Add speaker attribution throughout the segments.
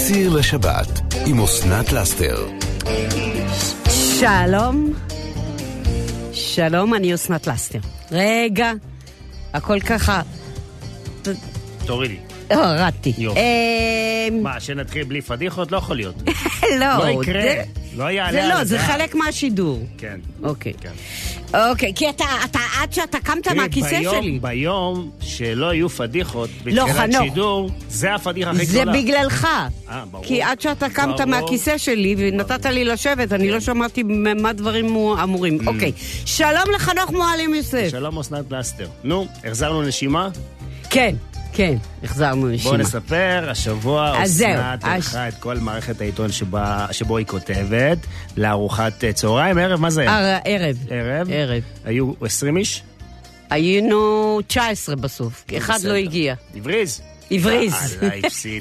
Speaker 1: אליסיר לשבת עם אסנת לסטר.
Speaker 2: שלום. שלום, אני אסנת לסטר. רגע, הכל ככה.
Speaker 3: תורידי.
Speaker 2: הורדתי.
Speaker 3: מה, שנתחיל בלי פדיחות? לא יכול להיות.
Speaker 2: לא.
Speaker 3: לא יקרה. לא יעלה
Speaker 2: זה
Speaker 3: על
Speaker 2: לא,
Speaker 3: זה.
Speaker 2: זה חלק מהשידור.
Speaker 3: כן.
Speaker 2: אוקיי.
Speaker 3: כן.
Speaker 2: אוקיי, כי אתה עד שאתה קמת מהכיסא שלי.
Speaker 3: ביום שלא יהיו פדיחות
Speaker 2: לא,
Speaker 3: בתחילת
Speaker 2: חנוך.
Speaker 3: שידור, זה הפדיחה הכי
Speaker 2: זה
Speaker 3: גדולה.
Speaker 2: בגללך.
Speaker 3: ברור.
Speaker 2: כי עד שאתה קמת
Speaker 3: ברור.
Speaker 2: מהכיסא שלי ונתת לי לשבת, אני לא שמעתי מה דברים אמורים. אוקיי. שלום לחנוך מועלם יוסף.
Speaker 3: שלום אסנת לסטר. נו, החזרנו נשימה?
Speaker 2: כן, החזרנו נשימה.
Speaker 3: בואו נספר, השבוע
Speaker 2: אז
Speaker 3: אסנת
Speaker 2: זהו,
Speaker 3: הלכה את כל מערכת העיתון שבו היא כותבת, לארוחת צהריים, ערב, מה זה היה?
Speaker 2: ערב.
Speaker 3: היו 20 איש?
Speaker 2: היינו 19 בסוף, אחד לא הגיע.
Speaker 3: עבריז?
Speaker 2: עבריז.
Speaker 3: הפסיד.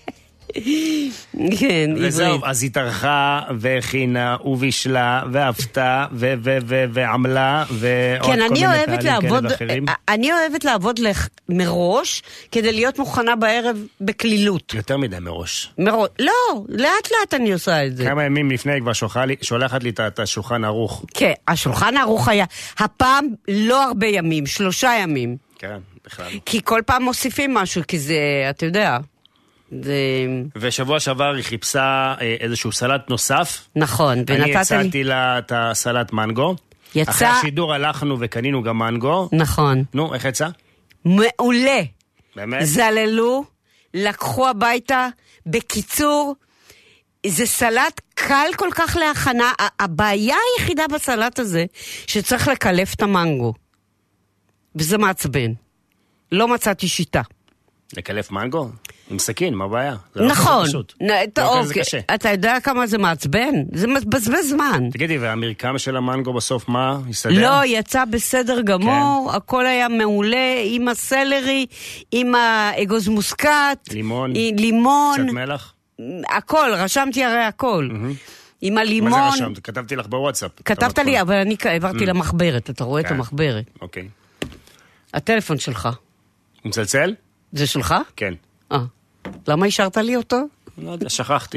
Speaker 2: כן,
Speaker 3: וזהו,
Speaker 2: עברית.
Speaker 3: אז היא טרחה והכינה ובישלה ואפתה ועמלה ועוד
Speaker 2: כן,
Speaker 3: כל מיני פעלים כאלה ואחרים.
Speaker 2: אני אוהבת לעבוד מראש כדי להיות מוכנה בערב בכלילות.
Speaker 3: יותר מדי מראש.
Speaker 2: לא, לאט לאט אני עושה את זה.
Speaker 3: כמה ימים לפני כבר שולחת לי את השולחן ערוך.
Speaker 2: כן, השולחן הערוך היה, הפעם לא הרבה ימים, 3 ימים.
Speaker 3: כן, בכלל.
Speaker 2: כי כל פעם מוסיפים משהו, כי זה, אתה יודע, זה...
Speaker 3: ושבוע שעבר היא חיפשה איזשהו סלט נוסף.
Speaker 2: נכון, ונתת לי...
Speaker 3: אני הצעתי לה את הסלט מנגו.
Speaker 2: יצא...
Speaker 3: אחרי השידור הלכנו וקנינו גם מנגו.
Speaker 2: נכון.
Speaker 3: נו, איך יצא?
Speaker 2: מעולה.
Speaker 3: באמת?
Speaker 2: זללו, לקחו הביתה, בקיצור, זה סלט קל כל כך להכנה. הבעיה היחידה בסלט הזה, שצריך לקלף את המנגו. וזה מעצבן. לא מצאתי שיטה.
Speaker 3: לקלף מנגו? עם סכין, מה הבעיה?
Speaker 2: נכון.
Speaker 3: זה קשה.
Speaker 2: אתה יודע כמה זה מעצבן? זה מבזבז זמן.
Speaker 3: תגידי, והמרקם של המנגו בסוף מה? יסדר?
Speaker 2: לא, יצא בסדר גמור, הכל היה מעולה, עם הסלרי, עם האגוז מוסקת, לימון,
Speaker 3: קצת מלח?
Speaker 2: הכל, רשמתי הרי הכל. עם הלימון...
Speaker 3: מה זה רשמת? כתבתי לך בוואטסאפ.
Speaker 2: כתבת לי, אבל אני העברתי למחברת, אתה רואה את המחברת.
Speaker 3: אוקיי.
Speaker 2: הטלפון שלך.
Speaker 3: הוא מצלצל?
Speaker 2: זה שלך?
Speaker 3: כן.
Speaker 2: למה השארת לי אותו?
Speaker 3: לא יודע, שכחתי.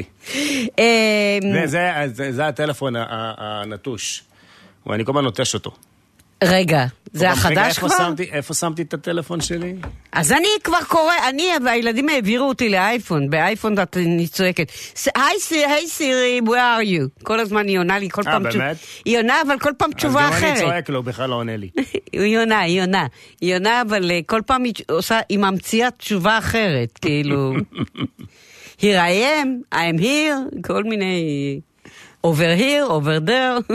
Speaker 3: זה הטלפון הנטוש. ואני כל הזמן נוטש אותו.
Speaker 2: רגע, זה החדש כבר?
Speaker 3: איפה שמתי את הטלפון שלי?
Speaker 2: אז אני כבר קורא, והילדים העבירו אותי לאייפון, באייפון אני צועקת, היי סירי, where are you? כל הזמן היא עונה לי, כל פעם תשובה.
Speaker 3: באמת?
Speaker 2: היא עונה, אבל כל פעם תשובה אחרת.
Speaker 3: אז גם אני צועק לו, בכלל לא עונה לי.
Speaker 2: היא עונה, אבל כל פעם היא ממציאה תשובה אחרת, כאילו, here I am, I'm here, כל מיני, over here, over there.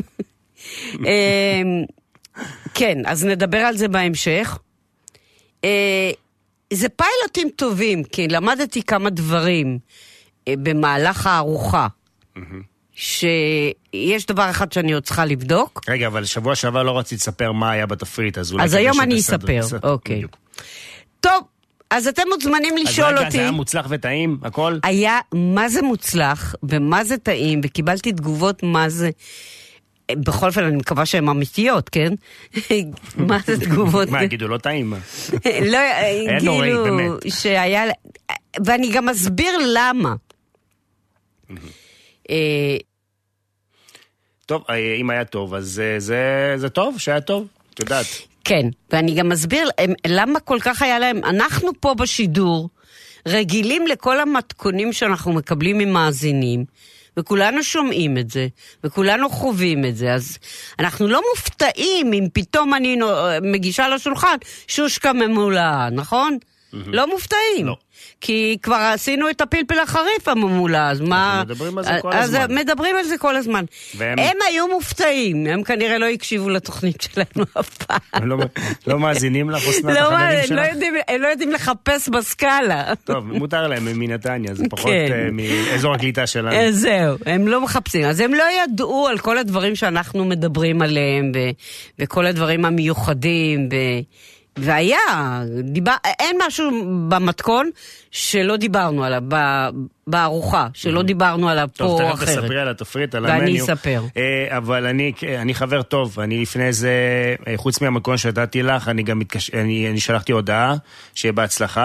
Speaker 2: כן, אז נדבר על זה בהמשך. זה פיילוטים טובים, כי למדתי כמה דברים במהלך הארוחה, שיש דבר אחד שאני עוד צריכה לבדוק.
Speaker 3: רגע, אבל שבוע שעבר לא רציתי לספר מה היה בתפריט,
Speaker 2: אז היום אני אספר, אוקיי. טוב, אז אתם מוזמנים לשאול אותי.
Speaker 3: אז רגע, זה היה מוצלח וטעים, הכל?
Speaker 2: היה מה זה מוצלח ומה זה טעים, וקיבלתי תגובות מה זה... בכל אופן, אני מקווה שהן אמיתיות, כן? מה זה תגובות?
Speaker 3: מה, יגידו, לא טעים?
Speaker 2: לא, כאילו, שהיה... ואני גם אסביר למה.
Speaker 3: טוב, אם היה טוב, אז זה טוב, שהיה טוב, את יודעת.
Speaker 2: כן, ואני גם אסביר למה כל כך היה להם... אנחנו פה בשידור רגילים לכל המתכונים שאנחנו מקבלים ממאזינים, וכולנו שומעים את זה, וכולנו חווים את זה, אז אנחנו לא מופתעים אם פתאום אני מגישה לשולחן שושקה ממולה, נכון? לא מופתעים.
Speaker 3: לא.
Speaker 2: כי כבר עשינו את הפלפל החריף הממולה, אז מה...
Speaker 3: מדברים על זה כל הזמן.
Speaker 2: אז מדברים על זה כל הזמן. הם היו מופתעים, הם כנראה לא הקשיבו לתוכנית שלנו אף פעם.
Speaker 3: לא מאזינים לך, אסנת החברים שלך?
Speaker 2: הם לא יודעים לחפש בסקאלה.
Speaker 3: טוב, מותר להם מנתניה, זה פחות מאזור הקליטה שלנו.
Speaker 2: זהו, הם לא מחפשים. אז הם לא ידעו על כל הדברים שאנחנו מדברים עליהם, וכל הדברים המיוחדים, והיה, אין משהו במתכון שלא דיברנו עליו, בארוחה, שלא דיברנו עליו פה אחרת.
Speaker 3: טוב, תכף תספרי על התפריט, על המניו.
Speaker 2: ואני אספר.
Speaker 3: אבל אני חבר טוב, אני לפני זה, חוץ מהמקום שדעתי לך, אני גם אני שלחתי הודעה, שיהיה בהצלחה.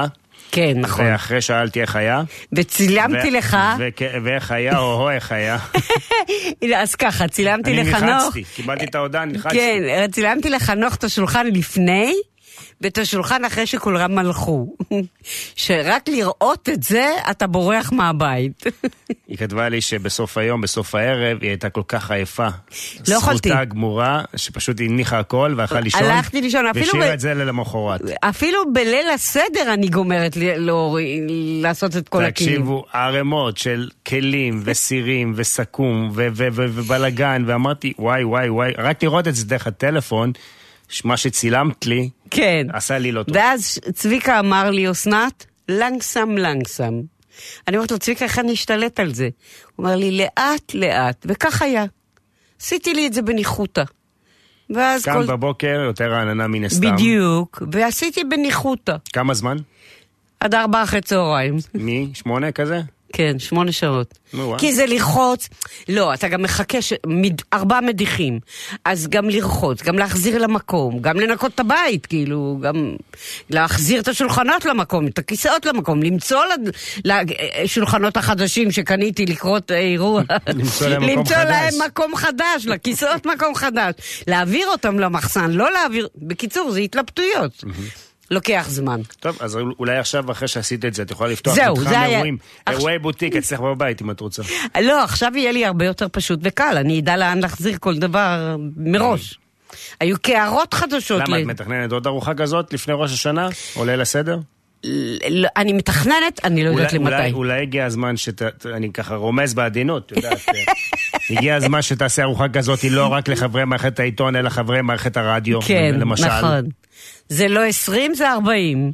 Speaker 2: כן, נכון.
Speaker 3: ואחרי שאלתי איך היה.
Speaker 2: וצילמתי לך.
Speaker 3: ואיך היה, או איך היה.
Speaker 2: אז ככה, צילמתי לחנוך.
Speaker 3: אני נלחצתי, קיבלתי את ההודעה, נלחצתי.
Speaker 2: כן, צילמתי לחנוך את השולחן לפני, ואת השולחן אחרי שכולם הלכו. שרק לראות את זה, אתה בורח מהבית.
Speaker 3: היא כתבה לי שבסוף היום, בסוף הערב, היא הייתה כל כך עייפה.
Speaker 2: לא יכולתי.
Speaker 3: זכותה גמורה, שפשוט הניחה הכל, והלכה לישון.
Speaker 2: הלכתי לישון,
Speaker 3: והשאירה את זה למחרת.
Speaker 2: אפילו בליל הסדר אני גומרת לעשות את כל הכלים.
Speaker 3: תקשיבו, ערמות של כלים וסירים וסכום ובלגן, ואמרתי, וואי, רק לראות את זה דרך הטלפון, מה שצילמת לי,
Speaker 2: כן.
Speaker 3: עשה לי לא טוב.
Speaker 2: ואז צביקה אמר לי, אסנת, לנגסם. אני אומרת לו, צביקה, איך אני אשתלט על זה? הוא אמר לי, לאט, וכך היה. עשיתי לי את זה בניחותה.
Speaker 3: קם בבוקר, יותר העננה מן הסתם.
Speaker 2: בדיוק, ועשיתי בניחותה.
Speaker 3: כמה זמן?
Speaker 2: עד 4 אחרי צהריים.
Speaker 3: מ-8 כזה?
Speaker 2: כן, 8 שעות. כי זה לרחוץ, לא, אתה גם מחכה 4 מדיחים, אז גם לרחוץ, גם להחזיר למקום, גם לנקות את הבית, כאילו, גם להחזיר את השולחנות למקום, את הכיסאות למקום, למצוא לשולחנות החדשים שקניתי לקרות אירוע, למצוא להם מקום חדש, לכיסאות מקום חדש, להעביר אותם למחסן, לא להעביר, בקיצור, זה התלבטויות. לוקח זמן.
Speaker 3: טוב, אז אולי עכשיו, אחרי שעשית את זה, את יכולה לפתוח אירועי בוטיק אצלך בבית, אם את רוצה.
Speaker 2: לא, עכשיו יהיה לי הרבה יותר פשוט וקל, אני אדע לאן להחזיר כל דבר מראש. היו קערות חדשות.
Speaker 3: למה, את מתכננת עוד ארוחה כזאת לפני ראש השנה? עולה לסדר?
Speaker 2: אני מתכננת, אני לא יודעת למתי.
Speaker 3: אולי הגיע הזמן אני ככה רומז בעדינות, יודעת, הגיע הזמן שתעשה ארוחה כזאת, היא לא רק לחברי מערכת העיתון, אלא חברי מערכת הרדיו, למשל. כן, נכון.
Speaker 2: זה לא 20, זה 40.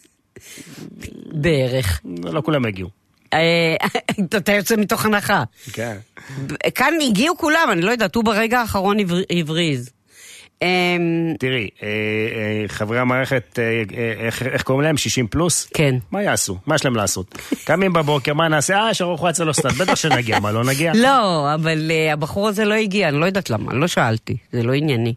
Speaker 2: בערך.
Speaker 3: לא כולם הגיעו.
Speaker 2: אתה יוצא מתוך הנחה.
Speaker 3: כן.
Speaker 2: כאן הגיעו כולם, אני לא יודעת, הוא ברגע האחרון הבריז.
Speaker 3: תראי, חברי המערכת, איך קוראים להם? 60 פלוס?
Speaker 2: כן.
Speaker 3: מה יעשו? מה יש להם לעשות? קמים בבוקר, מה נעשה? שרוחו אצל אוסטד, בטח שנגיע, מה לא נגיע?
Speaker 2: לא, אבל הבחור הזה לא הגיע, אני לא יודעת למה, לא שאלתי, זה לא ענייני.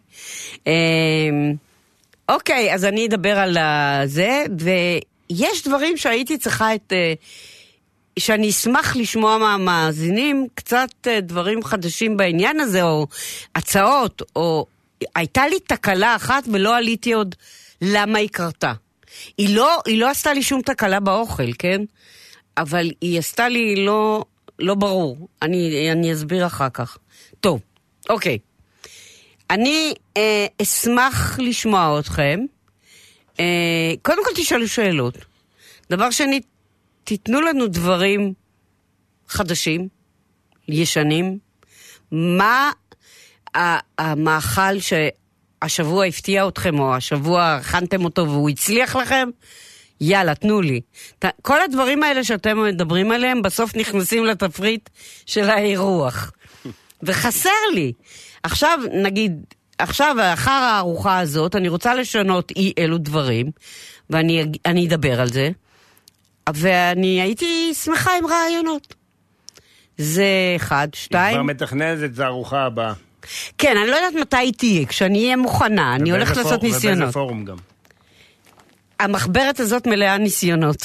Speaker 2: אוקיי, אז אני אדבר על זה, ויש דברים שהייתי צריכה שאני אשמח לשמוע מהמאזינים, קצת דברים חדשים בעניין הזה, או הצעות, הייתה לי תקלה אחת ולא עליתי עוד למה היא קרתה. היא לא עשתה לי שום תקלה באוכל, כן? אבל היא עשתה לי לא ברור. אני אסביר אחר כך. טוב, אוקיי. אני אשמח לשמוע אתכם. קודם כל תשאלו שאלות. דבר שני, תיתנו לנו דברים חדשים, ישנים. מה המאכל שהשבוע הפתיע אתכם, או השבוע הכנתם אותו והוא הצליח לכם? יאללה, תנו לי. כל הדברים האלה שאתם מדברים עליהם, בסוף נכנסים לתפריט של האירוח. וחסר לי. עכשיו, נגיד, אחר הארוחה הזאת, אני רוצה לשנות אלו דברים, ואני אדבר על זה, ואני הייתי שמחה עם רעיונות. זה 1, 2.
Speaker 3: היא כבר מתכננת את הארוחה הבאה.
Speaker 2: כן, אני לא יודעת מתי היא תהיה, כשאני אהיה מוכנה, אני הולכת לעשות ניסיונות.
Speaker 3: ובאיזה פורום גם.
Speaker 2: המחברת הזאת מלאה ניסיונות.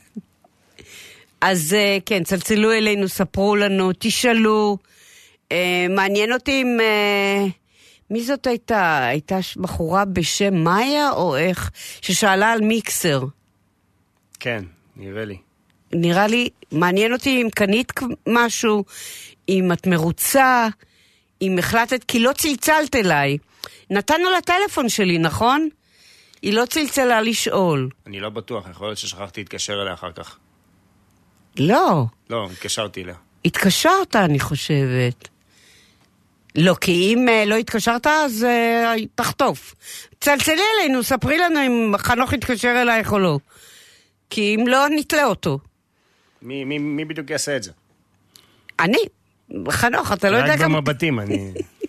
Speaker 2: אז כן, צלצלו אלינו, ספרו לנו, תשאלו, מעניין אותי אם... מי זאת הייתה? הייתה בחורה בשם מאיה או איך? ששאלה על מיקסר.
Speaker 3: כן, נראה לי.
Speaker 2: נראה לי, מעניין אותי אם קנית משהו, אם את מרוצה, אם החלטת, כי לא צלצלת אליי. נתנו לה טלפון שלי, נכון? היא לא צלצלה לשאול.
Speaker 3: אני לא בטוח, יכול להיות ששכחתי להתקשר אליה אחר כך.
Speaker 2: לא.
Speaker 3: לא, התקשרתי אליה.
Speaker 2: התקשרת, אני חושבת. לא, כי אם לא התקשרת, אז תחטוף. צלצלי אלינו, ספרי לנו אם חנוך יתקשר אלייך או לא. כי אם לא, נתלה אותו.
Speaker 3: מי בדיוק יעשה את זה?
Speaker 2: אני. חנוך, אתה לא יודע
Speaker 3: רק במבטים, אני...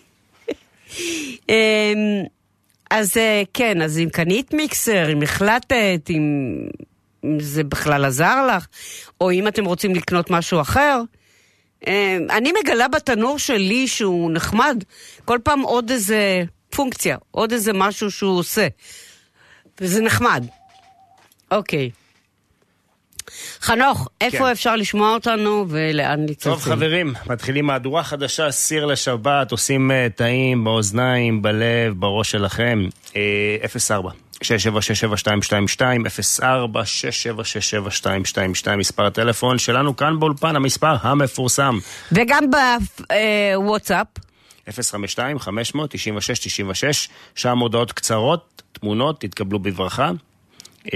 Speaker 2: אז כן, אז אם קנית מיקסר, אם החלטת, אם זה בכלל עזר לך, או אם אתם רוצים לקנות משהו אחר, אני מגלה בתנור שלי שהוא נחמד, כל פעם עוד איזה פונקציה, עוד איזה משהו שהוא עושה, וזה נחמד. אוקיי. חנוך, איפה אפשר לשמוע אותנו ולאן לצלצל?
Speaker 3: טוב חברים, מתחילים מהדורה חדשה, סיר לשבת, עושים טעים באוזניים, בלב, בראש שלכם. 04 6767222 04 6767222 מספר הטלפון שלנו כאן באולפן, המספר המפורסם.
Speaker 2: וגם בוואטסאפ
Speaker 3: 052-500-96-96, שם הודעות קצרות, תמונות, תתקבלו בברכה. 052-500-96-96,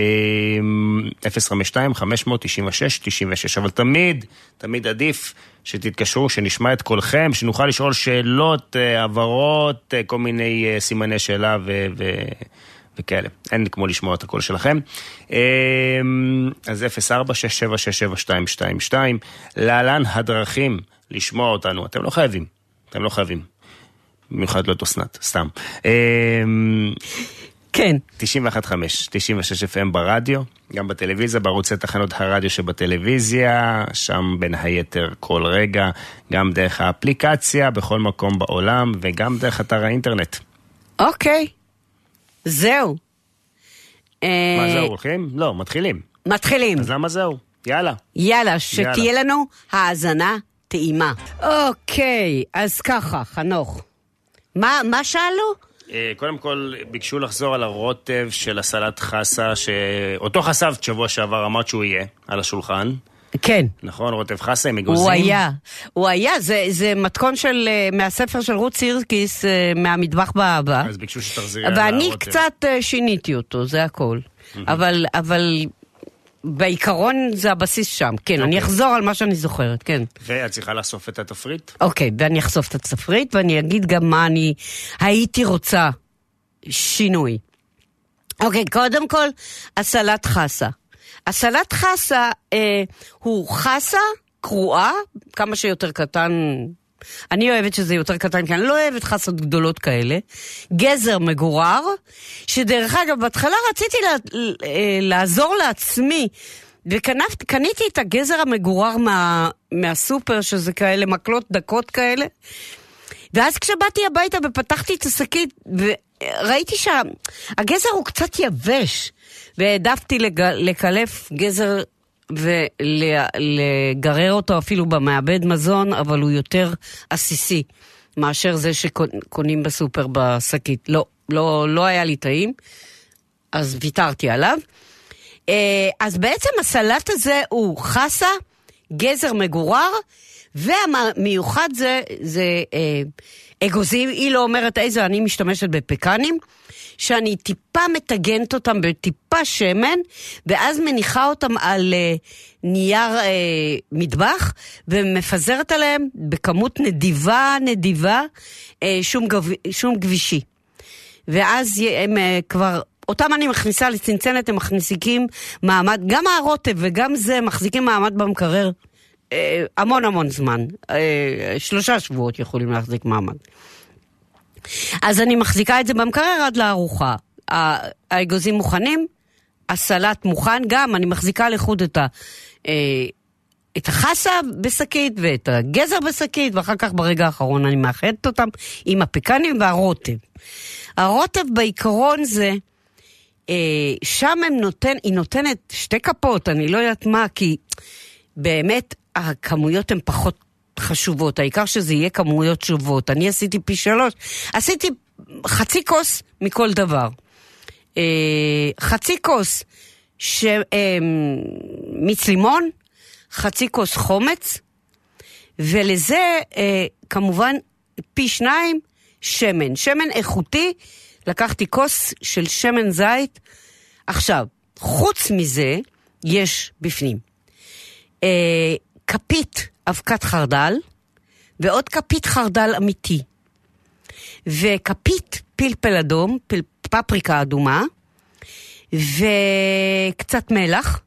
Speaker 3: אבל תמיד עדיף שתתקשרו, שנשמע את קולכם, שנוכל לשאול שאלות, עברות, כל מיני סימני שאלה וכאלה. אין כמו לשמוע את הקול שלכם. אז 04-6767222, להלן הדרכים לשמוע אותנו. אתם לא חייבים. במיוחד לא תוסנת, סתם.
Speaker 2: כן.
Speaker 3: 91.5, 96 FM ברדיו, גם בטלוויזיה, בערוצי תחנות הרדיו שבטלוויזיה, שם בין היתר כל רגע, גם דרך האפליקציה, בכל מקום בעולם, וגם דרך אתר האינטרנט.
Speaker 2: אוקיי. זהו.
Speaker 3: מה זהו, הולכים? לא, מתחילים. אז למה זהו?
Speaker 2: יאללה, שתהיה לנו האזנה טעימה. אוקיי, אז ככה, חנוך. מה שאלו?
Speaker 3: קודם כל, ביקשו לחזור על הרוטב של הסלט חסה, שאותו חשפת שבוע שעבר, אמרת שהוא יהיה על השולחן.
Speaker 2: כן.
Speaker 3: נכון, רוטב חסה עם אגוזים.
Speaker 2: הוא היה, זה מתכון מהספר של רות סירקיס, מהמטבח באבא.
Speaker 3: אז ביקשו שתחזירי על הרוטב.
Speaker 2: ואני קצת שיניתי אותו, זה הכל. אבל בעיקרון זה הבסיס שם, כן, אני אחזור על מה שאני זוכרת, כן.
Speaker 3: ואת צריכה לאסוף את התפריט?
Speaker 2: אוקיי, ואני אחשוף את התפריט, ואני אגיד גם מה אני הייתי רוצה שינוי. אוקיי, קודם כל, הסלט חסה. הסלט חסה הוא חסה קרועה, כמה שיותר קטן, אני אוהבת שזה יותר קטן, כי אני לא אוהבת חסות גדולות כאלה, גזר מגורר, שדרך אגב, בהתחלה רציתי לעזור לעצמי, וקניתי את הגזר המגורר מהסופר, שזה כאלה מקלות דקות כאלה, ואז כשבאתי הביתה ופתחתי את השקית, וראיתי שהגזר הוא קצת יבש, והעדפתי לקלף גזר ולגרר אותו אפילו במעבד מזון, אבל הוא יותר עסיסי מאשר זה שקונים בסופר בשקית. לא היה לי טעים, אז ויתרתי עליו. אז בעצם הסלט הזה הוא חסה, גזר מגורר, והמיוחד זה אגוזים. היא לא אומרת איזה, אני משתמשת בפקנים, שאני טיפה מתגנת אותם בטיפה שמן, ואז מניחה אותם על נייר מטבח, ומפזרת עליהם בכמות נדיבה, שום גבישי. ואז הם כבר, אותם אני מכניסה לצנצנת, הם מכניסיקים מעמד, גם הרוטב וגם זה מחזיקים מעמד במקרר, המון זמן, 3 שבועות יכולים להחזיק מעמד. אז אני מחזיקה את זה במקרר עד לארוחה. האגוזים מוכנים, הסלט מוכן, גם אני מחזיקה לחוד את החסה בשקית ואת הגזר בשקית, ואחר כך ברגע האחרון אני מאחדת אותם עם הפקנים והרוטב. הרוטב בעיקרון זה, שם היא נותנת 2 כפות, אני לא יודעת מה, כי באמת הכמויות הן פחות חשובות, העיקר שזה יהיה כמויות שוות. אני עשיתי פי 3, עשיתי חצי כוס מכל דבר. חצי כוס מיץ לימון, חצי כוס חומץ, ולזה כמובן פי 2 שמן. שמן איכותי, לקחתי כוס של שמן זית. עכשיו, חוץ מזה, יש בפנים כפית אבקת חרדל, ועוד כפית חרדל אמיתי, וכפית פלפל אדום, פפריקה אדומה, וקצת מלח,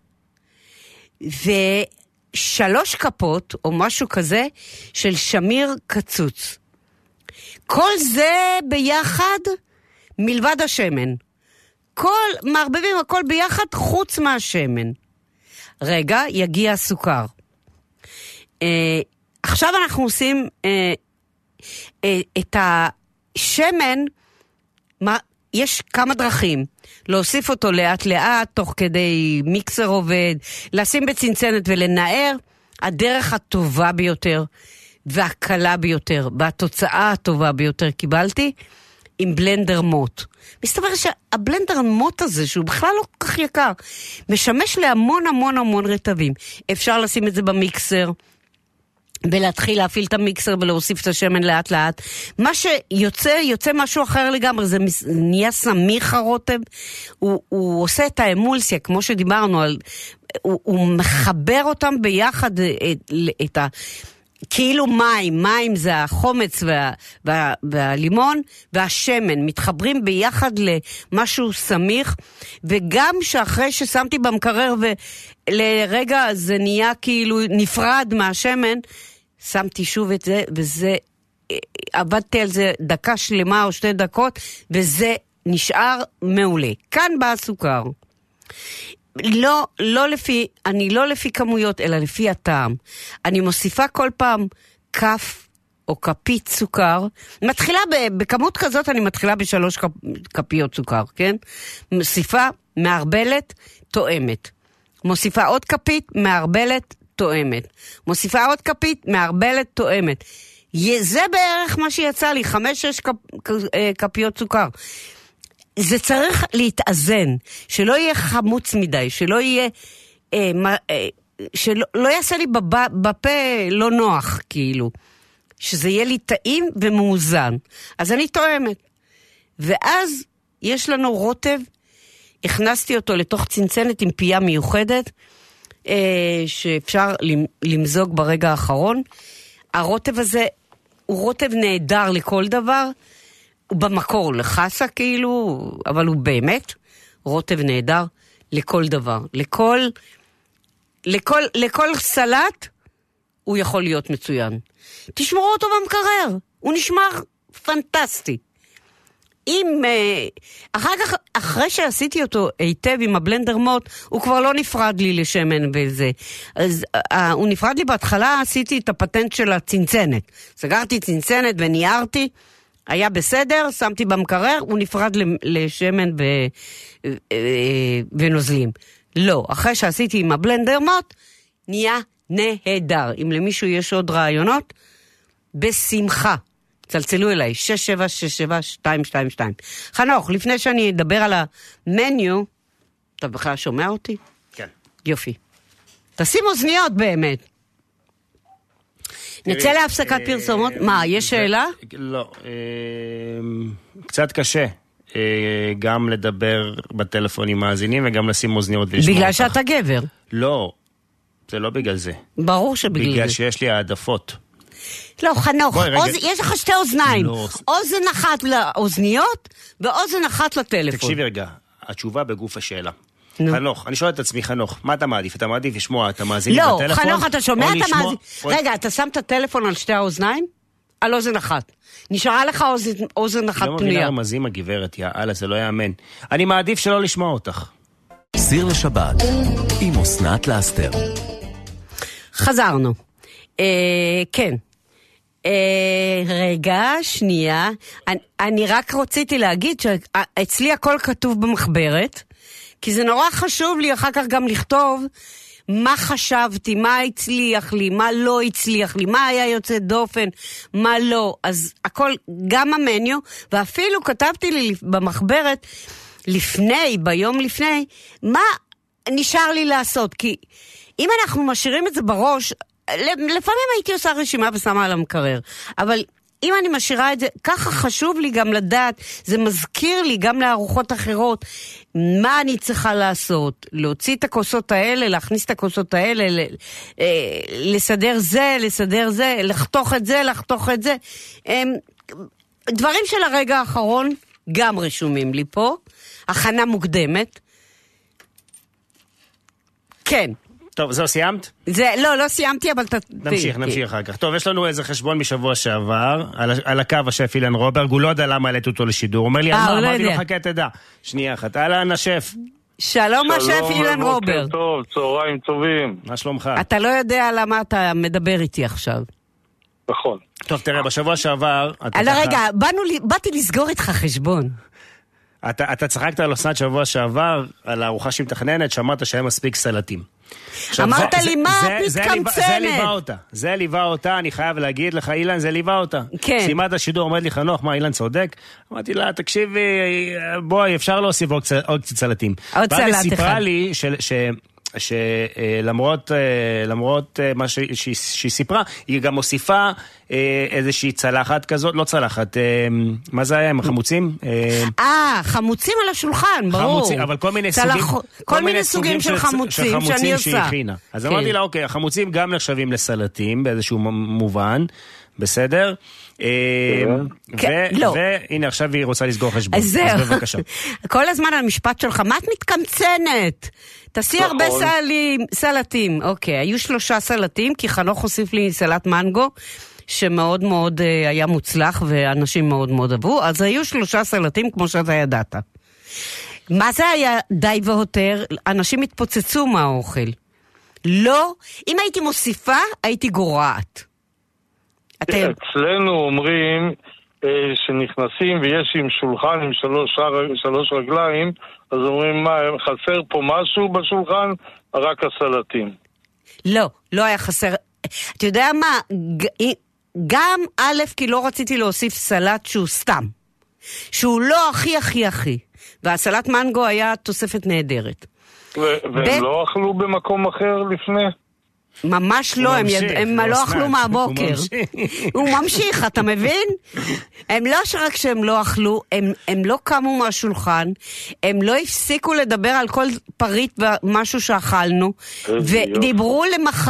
Speaker 2: ו3 כפות, או משהו כזה, של שמיר קצוץ. כל זה ביחד, מלבד השמן. מערבבים הכל ביחד, חוץ מהשמן. רגע, יגיע הסוכר. עכשיו אנחנו עושים את השמן יש כמה דרכים. להוסיף אותו לאט לאט, תוך כדי מיקסר עובד, לשים בצנצנת ולנער, הדרך הטובה ביותר, והקלה ביותר, והתוצאה הטובה ביותר קיבלתי, עם בלנדר מוט. מסתבר שהבלנדר מוט הזה, שהוא בכלל לא כל כך יקר, משמש להמון המון המון רטבים. אפשר לשים את זה במיקסר, ולהתחיל להפעיל את המיקסר ולהוסיף את השמן לאט לאט. מה יוצא משהו אחר לגמרי, זה נהיה סמיך הרוטב, הוא עושה את האמולסיה, כמו שדיברנו, הוא מחבר אותם ביחד את ה... כאילו מים זה החומץ והלימון והשמן, מתחברים ביחד למשהו סמיך, וגם שאחרי ששמתי במקרר ולרגע זה נהיה כאילו נפרד מהשמן, שמתי שוב את זה, וזה, עבדתי על זה דקה שלמה או 2 דקות, וזה נשאר מעולה. כאן בא הסוכר. אני לא לפי כמויות, אלא לפי הטעם. אני מוסיפה כל פעם כף או כפית סוכר. מתחילה בכמות כזאת, אני מתחילה ב3 כפיות סוכר, כן? מוסיפה, מערבלת, תואמת. מוסיפה עוד כפית, מערבלת, תואמת. מוסיפה עוד כפית, מערבלת, תואמת. זה בערך מה שיצא לי, 5-6 כפיות סוכר. זה צריך להתאזן, שלא יהיה חמוץ מדי, שלא יהיה, שלא יעשה לי בפה לא נוח, כאילו. שזה יהיה לי טעים ומאוזן. אז אני תואמת. ואז יש לנו רוטב, הכנסתי אותו לתוך צנצנת עם פייה מיוחדת, שאפשר למזוג ברגע האחרון. הרוטב הזה הוא רוטב נהדר לכל דבר, הוא במקור לחסה כאילו, אבל הוא באמת רוטב נהדר לכל דבר. לכל סלט הוא יכול להיות מצוין. תשמרו אותו במקרר, הוא נשמר פנטסטי. אחרי שעשיתי אותו היטב עם הבלנדר מוט, הוא כבר לא נפרד לי לשמן וזה. אז הוא נפרד לי בהתחלה, עשיתי את הפטנט של הצנצנת. סגרתי צנצנת וניערתי, היה בסדר, שמתי במקרר, הוא נפרד לשמן ונוזלים. לא, אחרי שעשיתי עם הבלנדר מוט, נהיה נהדר. אם למישהו יש עוד רעיונות, בשמחה. צלצלו אליי, 6767222. חנוך, לפני שאני אדבר על המניו, אתה בכלל שומע אותי?
Speaker 3: כן.
Speaker 2: יופי. תשים אוזניות באמת. נצא להפסקת פרסומות. מה, יש שאלה?
Speaker 3: לא. קצת קשה. גם לדבר בטלפון עם מאזינים וגם לשים אוזניות ולשמוע אותך.
Speaker 2: בגלל שאתה גבר.
Speaker 3: לא, זה לא בגלל זה.
Speaker 2: ברור שבגלל זה.
Speaker 3: בגלל שיש לי העדפות.
Speaker 2: לא, חנוך, יש לך 2 אוזניים. אוזן אחת לאוזניות ואוזן אחת לטלפון.
Speaker 3: תקשיבי רגע, התשובה בגוף השאלה. חנוך, אני שואל את עצמי, חנוך, מה אתה מעדיף? אתה מעדיף לשמוע את המאזינים בטלפון?
Speaker 2: לא, חנוך, אתה שומע את המאזינים? רגע, אתה שם את הטלפון על 2 האוזניים? על אוזן אחת. נשארה לך אוזן אחת פנויה.
Speaker 3: לא מבינה רמזים הגברת, יאללה, זה לא יאמן. אני מעדיף שלא לשמוע אותך.
Speaker 1: סיר לשבת, עם אסנת לאסתר.
Speaker 2: חזרנו. כן. רגע, שנייה. אני רק רציתי להגיד שאצלי הכל כתוב במחברת, כי זה נורא חשוב לי אחר כך גם לכתוב מה חשבתי, מה הצליח לי, מה לא הצליח לי, מה היה יוצא דופן, מה לא. אז הכל, גם המניו, ואפילו כתבתי לי במחברת ביום לפני, מה נשאר לי לעשות. כי אם אנחנו משאירים את זה בראש, לפעמים הייתי עושה רשימה ושמה על המקרר, אבל אם אני משאירה את זה, ככה חשוב לי גם לדעת, זה מזכיר לי גם לארוחות אחרות, מה אני צריכה לעשות, להוציא את הכוסות האלה, להכניס את הכוסות האלה, לסדר זה, לחתוך את זה, דברים של הרגע האחרון גם רשומים לי פה, הכנה מוקדמת, כן.
Speaker 3: טוב, זהו, סיימת?
Speaker 2: לא סיימתי, אבל
Speaker 3: נמשיך אחר כך. טוב, יש לנו איזה חשבון משבוע שעבר, על הקו השף אילן רוברג, הוא לא יודע למה העליתי אותו לשידור, הוא אומר לי, אמרתי לו, חכה, תדע. שנייה אחת, אהלן השף.
Speaker 2: שלום השף אילן רוברג.
Speaker 4: טוב, צהריים טובים.
Speaker 3: מה שלומך?
Speaker 2: אתה לא יודע למה אתה מדבר איתי עכשיו.
Speaker 4: נכון.
Speaker 3: טוב, תראה, בשבוע שעבר...
Speaker 2: רגע, באתי לסגור איתך חשבון.
Speaker 3: אתה צחקת על אסנת שבוע שעבר, על הארוחה שהיא מתכננת, שאמרת שהיה מספיק סלטים.
Speaker 2: אמרת לי, מה את מתקמצנת?
Speaker 3: זה ליווה אותה, אני חייב להגיד לך, אילן, זה ליווה אותה.
Speaker 2: כן.
Speaker 3: שימת השידור, אומרת לי חנוך, מה, אילן צודק? אמרתי לה, תקשיבי, בואי, אפשר להוסיף עוד קצת סלטים.
Speaker 2: עוד סלט אחד.
Speaker 3: ואז סיפרה לי שלמרות מה שהיא סיפרה, היא גם מוסיפה איזושהי צלחת כזאת, לא צלחת, מה זה היה, הם חמוצים?
Speaker 2: חמוצים על השולחן, ברור.
Speaker 3: חמוצים, אבל
Speaker 2: כל מיני סוגים של חמוצים שאני עושה.
Speaker 3: אז אמרתי לה, אוקיי, החמוצים גם נחשבים לסלטים באיזשהו מובן, בסדר? והנה עכשיו היא רוצה לסגור חשבון. אז בבקשה.
Speaker 2: כל הזמן על המשפט שלך, מה את מתקמצנת? תעשי הרבה סלטים. אוקיי, היו 3 סלטים, כי חנוך הוסיף לי סלט מנגו, שמאוד מאוד היה מוצלח, ואנשים מאוד מאוד אהבו, אז היו 3 סלטים, כמו שאתה ידעת. מה זה היה די והותר? אנשים התפוצצו מהאוכל. לא, אם הייתי מוסיפה, הייתי גורעת.
Speaker 4: אצלנו אומרים שנכנסים ויש עם שולחן עם 3 רגליים, אז אומרים, מה, חסר פה משהו בשולחן? רק הסלטים.
Speaker 2: לא היה חסר. אתה יודע מה? גם א', כי לא רציתי להוסיף סלט שהוא סתם. שהוא לא הכי. והסלט מנגו היה תוספת נהדרת.
Speaker 4: והם לא אכלו במקום אחר לפני?
Speaker 2: ממש לא, הם לא אכלו מהבוקר. הוא ממשיך, אתה מבין? הם לא שרק שהם לא אכלו, הם לא קמו מהשולחן, הם לא הפסיקו לדבר על כל פריט ומשהו שאכלנו, ודיברו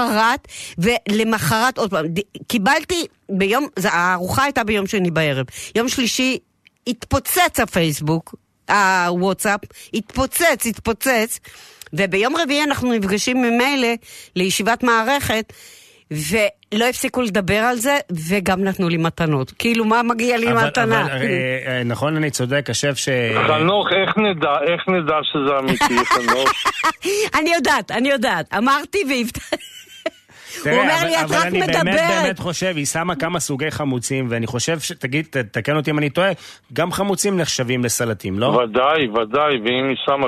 Speaker 2: למחרת עוד פעם, קיבלתי ביום, הארוחה הייתה ביום שני בערב, יום שלישי התפוצץ הפייסבוק, הוואטסאפ, התפוצץ, וביום רביעי אנחנו נפגשים ממילא לישיבת מערכת, ולא הפסיקו לדבר על זה, וגם נתנו לי מתנות. כאילו, מה מגיע לי מתנה?
Speaker 3: אבל נכון, אני צודק, השף
Speaker 4: חנוך, איך נדע שזה אמיתי, חנוך?
Speaker 2: אני יודעת. אמרתי והבטחתי. הוא אומר לי, את רק מדברת.
Speaker 3: אבל אני באמת חושב, היא שמה כמה סוגי חמוצים, ואני חושב תגיד, תקן אותי אם אני טועה, גם חמוצים נחשבים לסלטים, לא?
Speaker 4: ודאי, ואם היא שמה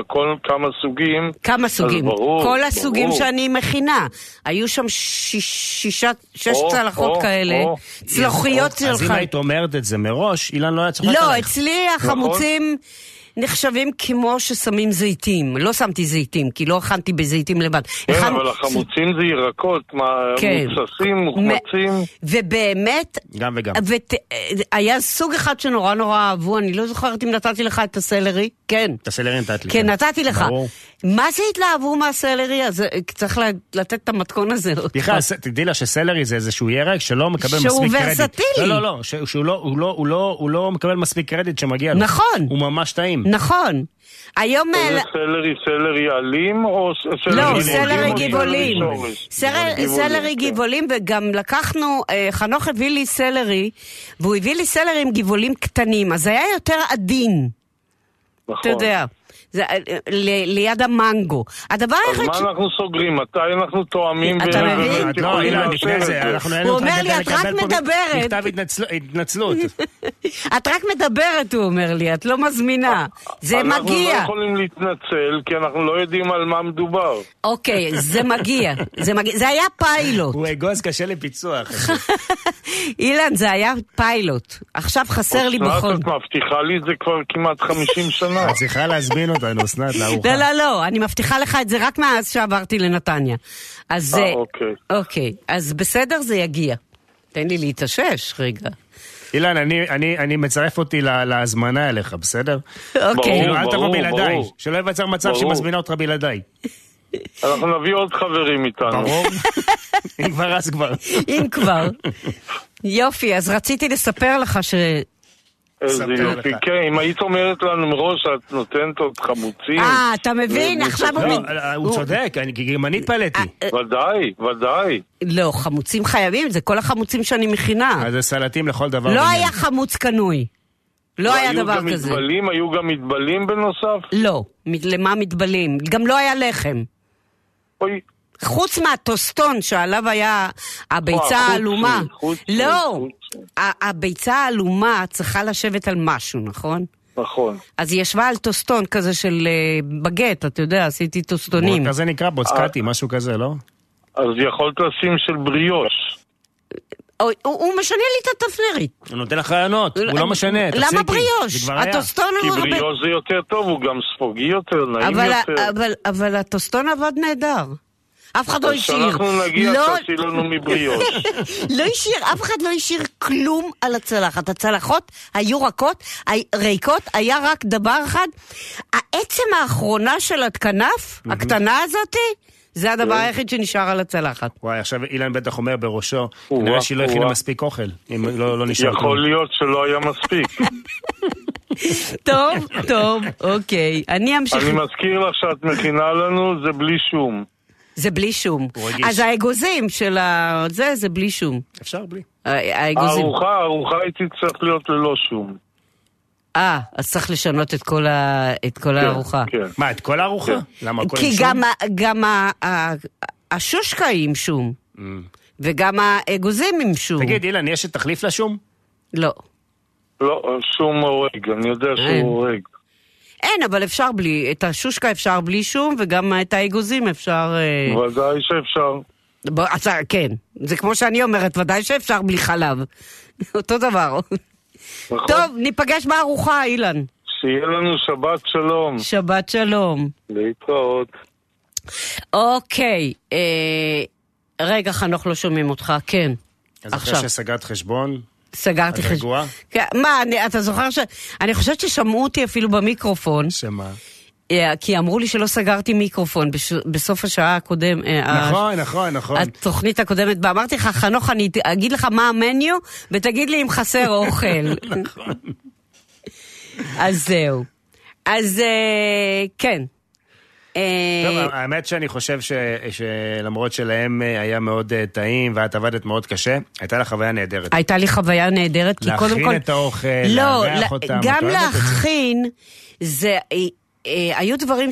Speaker 4: כמה סוגים,
Speaker 2: כל הסוגים שאני מכינה. היו שם 6 צלחות כאלה, צלוחיות שלך.
Speaker 3: אז אם היית אומרת את זה מראש, אילן לא היה צוחק עליך.
Speaker 2: לא, אצלי החמוצים נחשבים כמו ששמים זיתים. לא שמתי זיתים, כי לא הכנתי בזיתים לבד.
Speaker 4: אבל החמוצים זה ירקות, מוצסים, מוחמצים.
Speaker 2: ובאמת,
Speaker 3: גם וגם.
Speaker 2: היה סוג אחד שנורא נורא אהבו, אני לא זוכרת אם נתתי לך את הסלרי. כן.
Speaker 3: את הסלרי נתת לי.
Speaker 2: כן, נתתי לך. מה זה התלהבו מהסלרי? אז צריך לתת את המתכון הזה.
Speaker 3: בכלל, תדעי לה שסלרי זה איזשהו ירק שלא מקבל מספיק קרדיט. שהוא ורסטילי. לא, שהוא לא מקבל מספיק קרדיט שמגיע לו.
Speaker 2: נכון.
Speaker 3: הוא ממש טעים.
Speaker 2: נכון. היום...
Speaker 4: סלרי עלים או סלרי...
Speaker 2: לא, סלרי גבעולים. סלרי גבעולים, וגם לקחנו, חנוך הביא לי סלרי, והוא הביא לי סלרי עם גבעולים קטנים, אז היה יותר עדין.
Speaker 4: נכון.
Speaker 2: אתה יודע. ליד המנגו. הדבר
Speaker 4: אז מה אנחנו סוגרים? מתי אנחנו תואמים?
Speaker 2: אתה מבין?
Speaker 3: לא, אילן, לפני זה,
Speaker 2: הוא אומר לי, את רק מדברת.
Speaker 3: מכתב התנצלות.
Speaker 2: את רק מדברת, הוא אומר לי, את לא מזמינה. זה מגיע.
Speaker 4: אנחנו לא יכולים להתנצל, כי אנחנו לא יודעים על מה מדובר.
Speaker 2: אוקיי, זה מגיע. זה היה פיילוט.
Speaker 3: הוא אגוז קשה לפיצוח.
Speaker 2: אילן, זה היה פיילוט. עכשיו חסר לי בכל.
Speaker 4: את מבטיחה לי את זה כבר כמעט 50 שנה.
Speaker 3: את צריכה להזמין אותנו, אסנת, לארוחה.
Speaker 2: לא, אני מבטיחה לך את זה רק מאז שעברתי לנתניה. אז אוקיי, אז בסדר, זה יגיע. תן לי להתאושש רגע.
Speaker 3: אילן, אני מצרף אותי להזמנה אליך, בסדר?
Speaker 2: אוקיי.
Speaker 3: אל תבוא בלעדיי, שלא ייווצר מצב שמזמינה אותך בלעדיי.
Speaker 4: אנחנו נביא עוד חברים איתנו.
Speaker 3: ברור. אם כבר אז כבר.
Speaker 2: אם כבר. יופי, אז רציתי לספר לך
Speaker 4: איזה יופי, כן, אם היית אומרת לנו מראש שאת נותנת עוד חמוצים.
Speaker 2: אתה מבין? עכשיו
Speaker 3: הוא צודק, גם אני התפלאתי.
Speaker 4: ודאי.
Speaker 2: לא, חמוצים חייבים, זה כל החמוצים שאני מכינה.
Speaker 3: אז זה סלטים לכל דבר.
Speaker 2: לא היה חמוץ קנוי. לא היה דבר כזה.
Speaker 4: היו גם מתבלים בנוסף?
Speaker 2: לא, למה מתבלים? גם לא היה לחם.
Speaker 4: אוי.
Speaker 2: חוץ מהטוסטון שעליו היה הביצה האלומה. לא, הביצה האלומה צריכה לשבת על משהו, נכון?
Speaker 4: נכון.
Speaker 2: אז היא ישבה על טוסטון כזה של בגט, אתה יודע, עשיתי טוסטונים.
Speaker 3: כזה נקרא בוצקטי, משהו כזה, לא?
Speaker 4: אז יכולת לשים של בריאוש.
Speaker 2: הוא משנה לי את התפנרית.
Speaker 3: הוא נותן לך רעיונות, הוא לא משנה, תפסיקי.
Speaker 2: למה בריאוש? הטוסטון
Speaker 4: כי
Speaker 2: הוא הרבה...
Speaker 4: בריאוש זה יותר טוב, הוא גם ספוגי יותר, נעים יותר.
Speaker 2: אבל הטוסטון עבד נהדר. אף אחד לא השאיר.
Speaker 4: כשאנחנו נגיע, תעשי לנו מבריאוש.
Speaker 2: לא השאיר, אף אחד לא השאיר כלום על הצלחת. הצלחות היו ריקות, היה רק דבר אחד. העצם האחרונה של הכנף, הקטנה הזאת, זה הדבר היחיד שנשאר על הצלחת.
Speaker 3: וואי, עכשיו אילן בטח אומר בראשו, נראה שהיא לא הכינה מספיק אוכל, אם לא נשאר.
Speaker 4: יכול להיות שלא היה מספיק.
Speaker 2: טוב, אוקיי. אני אמשיך.
Speaker 4: אני מזכיר לך שאת מכינה לנו, זה בלי שום.
Speaker 2: זה בלי שום. אז האגוזים של זה בלי שום.
Speaker 3: אפשר בלי.
Speaker 4: הארוחה הייתי צריך להיות ללא שום.
Speaker 2: אז צריך לשנות את כל הארוחה.
Speaker 3: מה, את כל הארוחה? למה הכל
Speaker 2: כי
Speaker 3: עם שום?
Speaker 2: גם השושקה עם שום. וגם האגוזים עם שום.
Speaker 3: תגיד, אילן, יש תחליף לשום?
Speaker 2: לא.
Speaker 4: לא, שום הורג, אני יודע שהוא הורג.
Speaker 2: אין, אבל אפשר בלי, את השושקה אפשר בלי שום, וגם את האגוזים אפשר...
Speaker 4: ודאי שאפשר.
Speaker 2: כן, זה כמו שאני אומרת, ודאי שאפשר בלי חלב. אותו דבר. טוב, ניפגש בארוחה, אילן.
Speaker 4: שיהיה לנו שבת שלום.
Speaker 2: שבת שלום.
Speaker 4: להתראות.
Speaker 2: אוקיי, רגע, חנוך, לא שומעים אותך, כן.
Speaker 3: אז אחרי שסגרת חשבון...
Speaker 2: סגרתי חשבון. מה, אתה זוכר אני חושבת ששמעו אותי אפילו במיקרופון.
Speaker 3: שמה?
Speaker 2: כי אמרו לי שלא סגרתי מיקרופון בסוף השעה הקודם.
Speaker 3: נכון.
Speaker 2: התוכנית הקודמת, ואמרתי לך, חנוך, אני אגיד לך מה המניו, ותגיד לי אם חסר אוכל.
Speaker 3: נכון.
Speaker 2: אז זהו. אז כן.
Speaker 3: טוב, האמת שאני חושב שלמרות שלהם היה מאוד טעים ואת עבדת מאוד קשה, הייתה לה חוויה נהדרת.
Speaker 2: הייתה לי חוויה נהדרת, כי קודם כל...
Speaker 3: להכין את האוכל, להריח אותם.
Speaker 2: גם להכין, זה... היו דברים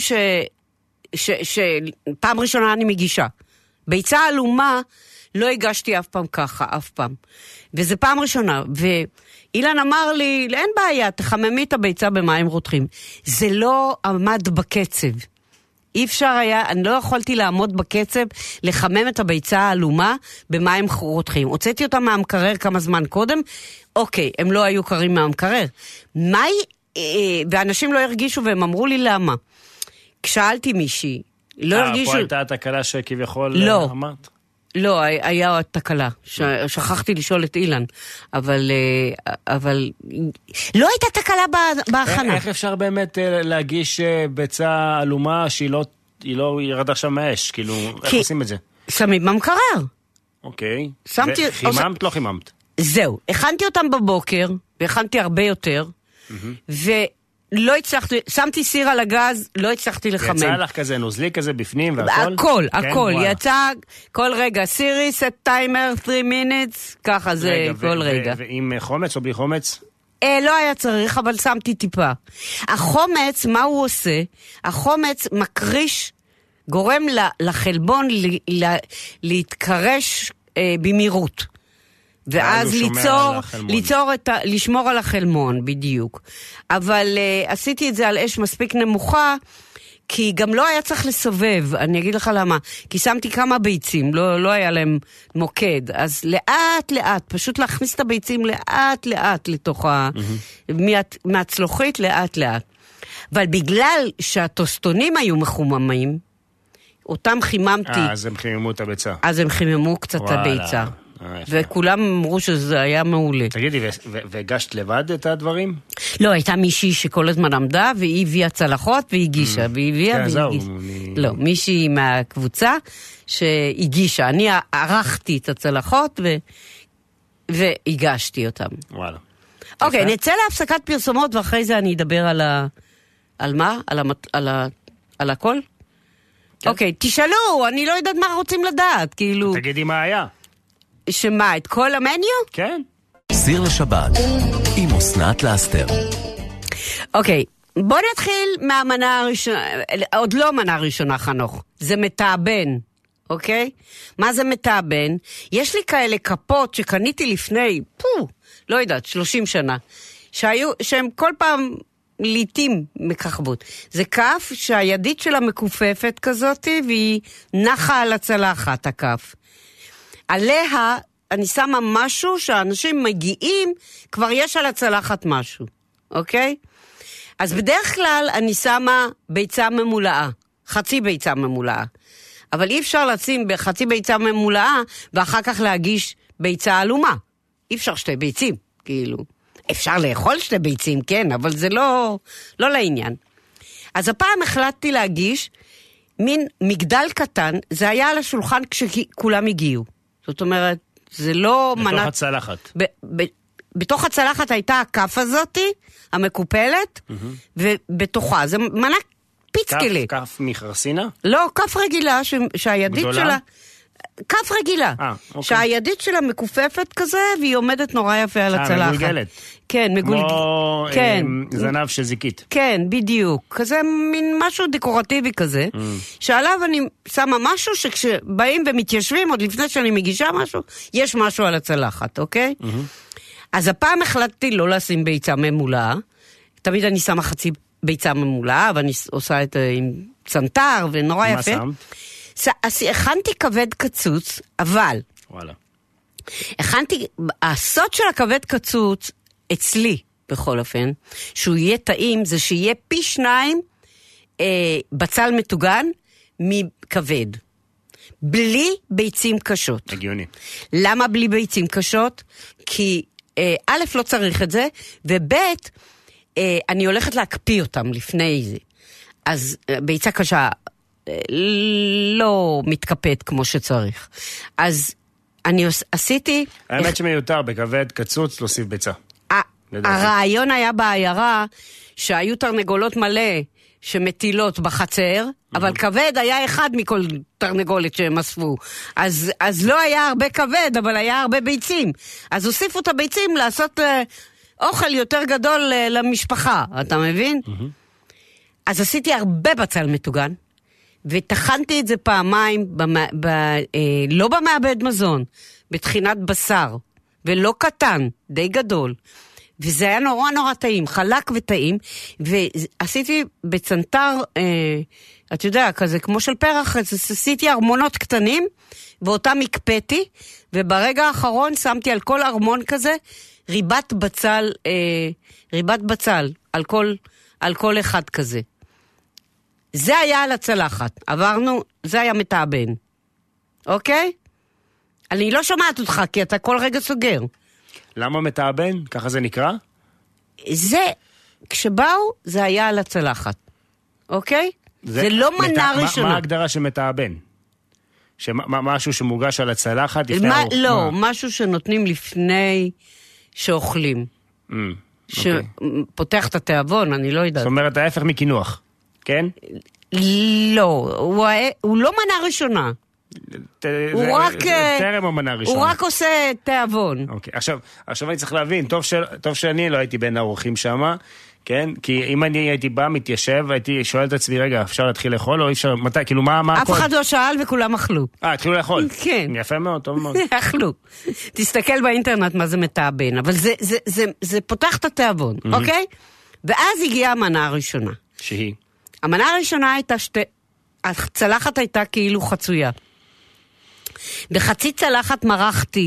Speaker 2: שפעם ראשונה אני מגישה. ביצה אלומה לא הגשתי אף פעם ככה, אף פעם. וזה פעם ראשונה. ואילן אמר לי, אין בעיה, תחממי את הביצה במים רותחים. זה לא עמד בקצב. אי אפשר היה, אני לא יכולתי לעמוד בקצב לחמם את הביצה האלומה במים רותחים. הוצאתי אותה מהמקרר כמה זמן קודם, אוקיי, הם לא היו קרים מהמקרר. ואנשים לא הרגישו והם אמרו לי למה. כשאלתי מישהי, לא הרגישו...
Speaker 3: פה הייתה התקלה שכביכול אמרת?
Speaker 2: לא, היה תקלה. שכחתי לשאול את אילן. אבל לא הייתה תקלה בהכנה.
Speaker 3: איך אפשר באמת להגיש ביצה אלומה שהיא לא ירדה עכשיו מהאש? כאילו, איך עושים את זה?
Speaker 2: שמים במקרר.
Speaker 3: אוקיי. חיממת, לא חיממת?
Speaker 2: זהו. הכנתי אותם בבוקר, והכנתי הרבה יותר, ולא הצלחתי, שמתי סיר על הגז, לא הצלחתי לחמם.
Speaker 3: יצא לך כזה נוזלי כזה בפנים והכל?
Speaker 2: הכל, יצא כל רגע, סירי, set timer, 3 minutes, ככה זה כל רגע.
Speaker 3: ועם חומץ או בלי חומץ?
Speaker 2: לא היה צריך, אבל שמתי טיפה. החומץ, מה הוא עושה? החומץ מקריש, גורם לחלבון להתקרש במהירות. ואז לשמור על החלמון, בדיוק. אבל עשיתי את זה על אש מספיק נמוכה, כי גם לא היה צריך לסובב, אני אגיד לך למה. כי שמתי כמה ביצים, לא היה להם מוקד. אז לאט לאט, פשוט להכניס את הביצים לאט לאט לתוך מהצלוחית לאט לאט. אבל בגלל שהטוסטונים היו מחוממים, אותם חיממתי.
Speaker 3: אז הם חיממו את הביצה.
Speaker 2: אז הם חיממו קצת את הביצה. וכולם אמרו שזה היה מעולה.
Speaker 3: תגידי, והגשת לבד את הדברים?
Speaker 2: לא, הייתה מישהי שכל הזמן עמדה, והיא הביאה צלחות והגישה, והיא הביאה והגישה. לא, מישהי מהקבוצה שהגישה. אני ערכתי את הצלחות והגשתי אותם.
Speaker 3: וואלה.
Speaker 2: אוקיי, נצא להפסקת פרסומות, ואחרי זה אני אדבר על מה? על הכל? אוקיי, תשאלו, אני לא יודעת מה רוצים לדעת, כאילו...
Speaker 3: תגידי מה היה.
Speaker 2: שמה, את כל המניו?
Speaker 3: כן.
Speaker 1: סיר לשבת, עם אסנת לאסתר.
Speaker 2: אוקיי, בוא נתחיל מהמנה הראשונה, עוד לא מנה ראשונה, חנוך. זה מתאבן, אוקיי? מה זה מתאבן? יש לי כאלה כפות שקניתי לפני, לא יודעת, 30 שנה, שהם כל פעם לעתים מככבות. זה כף שהידית שלה מקופפת כזאת, והיא נחה על הצלחת, הכף. עליה אני שמה משהו שהאנשים מגיעים, כבר יש על הצלחת משהו, אוקיי? אז בדרך כלל אני שמה ביצה ממולאה, חצי ביצה ממולאה. אבל אי אפשר לשים בחצי ביצה ממולאה, ואחר כך להגיש ביצה אלומה. אי אפשר שתי ביצים, כאילו. אפשר לאכול שתי ביצים, כן, אבל זה לא לעניין. אז הפעם החלטתי להגיש מין מגדל קטן, זה היה על השולחן כשכולם הגיעו. זאת אומרת, זה לא מנה...
Speaker 3: בתוך הצלחת.
Speaker 2: בתוך הצלחת הייתה הכף הזאת, המקופלת, ובתוכה, זה מנה פיצקלי.
Speaker 3: כף מחרסינה?
Speaker 2: לא, כף רגילה, שהידית שלה... כף רגילה,
Speaker 3: אוקיי.
Speaker 2: שהידית שלה מקופפת כזה, והיא עומדת נורא יפה על הצלחת.
Speaker 3: מגולגלת.
Speaker 2: כן,
Speaker 3: כמו
Speaker 2: כן.
Speaker 3: זנב של זיקית.
Speaker 2: כן, בדיוק. כזה מין משהו דקורטיבי כזה, שעליו אני שמה משהו שכשבאים ומתיישבים, עוד לפני שאני מגישה משהו, יש משהו על הצלחת, אוקיי? אז הפעם החלטתי לא לשים ביצה ממולאה, תמיד אני שמה חצי ביצה ממולאה, ואני עושה את עם צנטר, ונורא יפה. מה שמת? אז הכנתי כבד קצוץ, אבל...
Speaker 3: וואלה.
Speaker 2: הסוד של הכבד קצוץ, אצלי, בכל אופן, שהוא יהיה טעים, זה שיהיה פי 2 בצל מטוגן מכבד. בלי ביצים קשות.
Speaker 3: הגיוני.
Speaker 2: למה בלי ביצים קשות? כי א', לא צריך את זה, וב', אני הולכת להקפיא אותם לפני זה. אז ביצה קשה לא מתקפאת כמו שצריך. אז אני עשיתי...
Speaker 3: האמת שמיותר, בכבד קצוץ להוסיף ביצה.
Speaker 2: הרעיון היה בעיירה שהיו תרנגולות מלא שמטילות בחצר, אבל כבד היה אחד מכל תרנגולת שהם אספו. אז לא היה הרבה כבד, אבל היה הרבה ביצים. אז הוסיפו את הביצים לעשות אוכל יותר גדול למשפחה, אתה מבין? אז עשיתי הרבה בצל מטוגן, ותכנתי את זה פעמיים, לא במעבד מזון, בתחינת בשר, ולא קטן, די גדול. וזה היה נורא נורא טעים, חלק וטעים, ועשיתי בצנטר, אתה יודע, כזה כמו של פרח, עשיתי ארמונות קטנים, ואותם הקפאתי, וברגע האחרון שמתי על כל ארמון כזה, ריבת בצל, על כל אחד כזה. זה היה על הצלחת, עברנו, זה היה מתאבן, אוקיי? אני לא שומעת אותך, כי אתה כל רגע סוגר.
Speaker 3: למה מתאבן? ככה זה נקרא?
Speaker 2: זה, כשבאו, זה היה על הצלחת, אוקיי? זה לא מנה ראשונה.
Speaker 3: מה ההגדרה של מתאבן? משהו שמוגש על הצלחת לפני הארוחה?
Speaker 2: לא, משהו שנותנים לפני שאוכלים. שפותח את התיאבון, אני לא יודעת.
Speaker 3: זאת אומרת, ההפך מכינוח, כן?
Speaker 2: לא, הוא לא מנה ראשונה. הוא רק...
Speaker 3: טרם או מנה ראשונה?
Speaker 2: הוא רק עושה תיאבון.
Speaker 3: אוקיי, עכשיו אני צריך להבין, טוב שאני לא הייתי בין האורחים שם, כן? כי אם אני הייתי בא, מתיישב, הייתי שואל את עצמי, רגע, אפשר להתחיל לאכול או אי אפשר? מתי? כאילו, מה
Speaker 2: אף אחד לא שאל וכולם אכלו.
Speaker 3: התחילו לאכול?
Speaker 2: כן.
Speaker 3: יפה מאוד, טוב מאוד.
Speaker 2: אכלו. תסתכל באינטרנט מה זה מתאבן, אבל זה פותח את התיאבון, אוקיי? ואז הגיעה המנה הראשונה.
Speaker 3: שהיא? המנה
Speaker 2: הראשונה הייתה הצלחת הייתה כאילו חצויה. בחצי צלחת מרחתי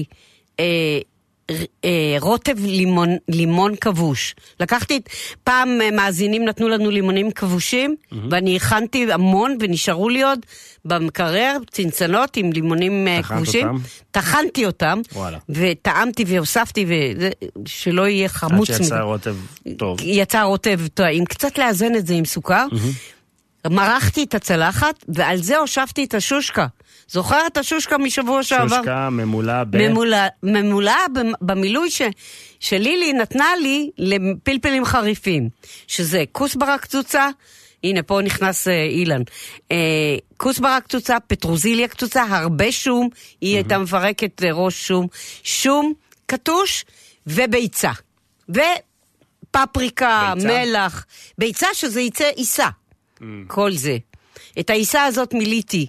Speaker 2: רוטב לימון כבוש. לקחתי, פעם מאזינים נתנו לנו לימונים כבושים, ואני הכנתי המון, ונשארו לי עוד במקרר, צנצנות עם לימונים כבושים. טחנתי אותם, וטעמתי והוספתי, שלא יהיה חמוץ.
Speaker 3: עד שיצא רוטב טוב.
Speaker 2: יצא רוטב טוב, עם קצת לאזן את זה עם סוכר. מרחתי את הצלחת, ועל זה הושבתי את השושקה. זוכר את השושקה משבוע שעבר?
Speaker 3: שושקה ממולה
Speaker 2: ממולה במילוי שלילי נתנה לי לפלפלים חריפים, שזה כוסברה קצוצה, הנה פה נכנס אילן, כוסברה קצוצה, פטרוזיליה קצוצה, הרבה שום, היא הייתה מפרקת ראש שום קטוש וביצה, ופפריקה, מלח, ביצה שזה יצא עיסה. כל זה. את העיסה הזאת מיליתי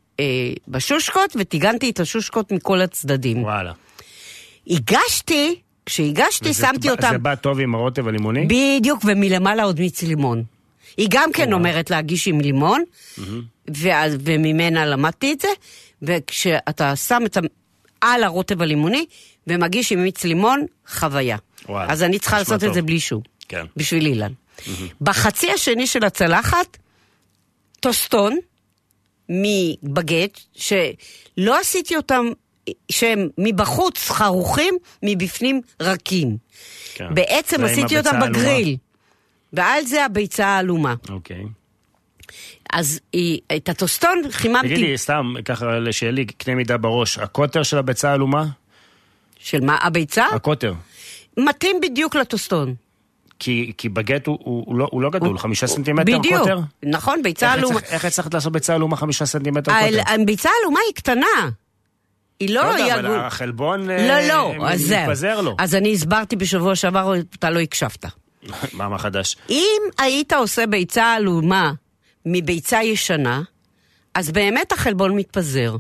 Speaker 2: בשושקות, ותיגנתי את השושקות מכל הצדדים.
Speaker 3: וואלה.
Speaker 2: הגשתי כשהגשתי, שמתי אותם...
Speaker 3: זה בא טוב עם הרוטב הלימוני?
Speaker 2: בדיוק, ומלמעלה עוד מיץ לימון. היא גם כן אומרת להגיש עם לימון, וממנה למדתי את זה, וכשאתה שם את על הרוטב הלימוני, ומגיש עם מיץ לימון, חוויה. אז אני צריכה לעשות את זה בלי שום. בשביל אילן. בחצי השני של הצלחת, טוסטון מבגט, שלא עשיתי אותם, שהם מבחוץ חרוכים, מבפנים רכים. בעצם עשיתי אותם בגריל. ועל זה הביצה האלומה.
Speaker 3: אוקיי.
Speaker 2: אז את הטוסטון חיממתי...
Speaker 3: תגידי, סתם, ככה לשאלי, קנה מידה בראש, הקוטר של הביצה האלומה?
Speaker 2: של מה? הביצה?
Speaker 3: הקוטר.
Speaker 2: מתאים בדיוק לטוסטון.
Speaker 3: כי בגט הוא לא גדול, 5 סנטימטר
Speaker 2: בדיוק,
Speaker 3: קוטר?
Speaker 2: נכון, ביצה אלומה.
Speaker 3: איך הצלחת לעשות ביצה אלומה 5 סנטימטר קוטר?
Speaker 2: הביצה אלומה היא קטנה. היא לא...
Speaker 3: אבל החלבון
Speaker 2: מתפזר
Speaker 3: לו.
Speaker 2: אז אני הסברתי בשבוע שעבר, אתה לא הקשבת.
Speaker 3: מה חדש?
Speaker 2: אם היית עושה ביצה אלומה מביצה ישנה, אז באמת החלבון מתפזר.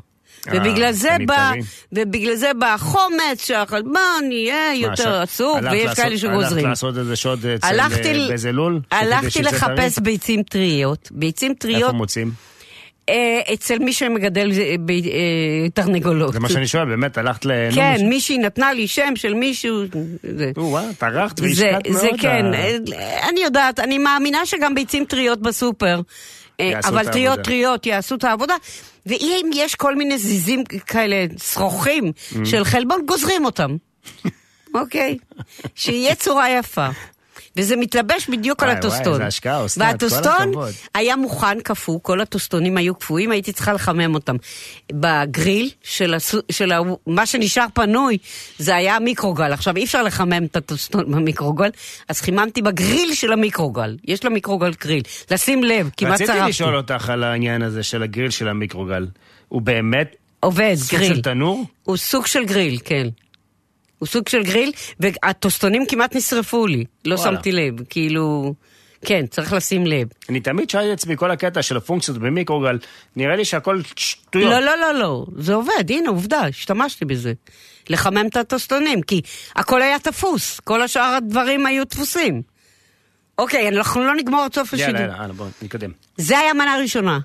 Speaker 2: ובגלל זה בא חומץ שהחלבון יהיה יותר עצוב, ויש כאלה שגוזרים.
Speaker 3: הלכת לעשות איזה שוד באיזה לול?
Speaker 2: הלכתי לחפש ביצים טריות. ביצים טריות...
Speaker 3: איפה מוצאים?
Speaker 2: אצל מי שמגדל תרנגולות.
Speaker 3: זה מה שאני שואל, באמת, הלכת
Speaker 2: כן, מישהי נתנה לי שם של מישהו.
Speaker 3: טרחת והשקעת מאוד.
Speaker 2: זה כן, אני יודעת, אני מאמינה שגם ביצים טריות בסופר, אבל טריות יעשו את העבודה, ואם יש כל מיני זיזים כאלה, שרוכים של חלבון, גוזרים אותם. אוקיי? שיהיה צורה יפה. וזה מתלבש בדיוק על הטוסטון.
Speaker 3: זה השקעה, אסנת, כל הכבוד.
Speaker 2: והטוסטון היה מוכן קפוא, כל הטוסטונים היו קפואים, הייתי צריכה לחמם אותם. בגריל של מה שנשאר פנוי, זה היה מיקרוגל. עכשיו אי אפשר לחמם את הטוסטון במיקרוגל, אז חיממתי בגריל של המיקרוגל. יש לה מיקרוגל גריל. לשים לב, כמעט צרפתי.
Speaker 3: רציתי לשאול אותך על העניין הזה של הגריל של המיקרוגל. הוא באמת
Speaker 2: עובד,
Speaker 3: סוג של תנור?
Speaker 2: הוא סוג של גריל, כן. הוא סוג של גריל, והטוסטונים כמעט נשרפו לי. לא שמתי לב, כאילו... כן, צריך לשים לב.
Speaker 3: אני תמיד שאלתי עצמי כל הקטע של הפונקציות במיקרוגל, נראה לי שהכל שטויות.
Speaker 2: לא, זה עובד, הנה, עובדה, השתמשתי בזה. לחמם את הטוסטונים, כי הכל היה תפוס, כל השאר הדברים היו תפוסים. אוקיי, אנחנו לא נגמור את סוף השידור.
Speaker 3: יאללה, בוא נתקדם.
Speaker 2: זה היה מנה ראשונה.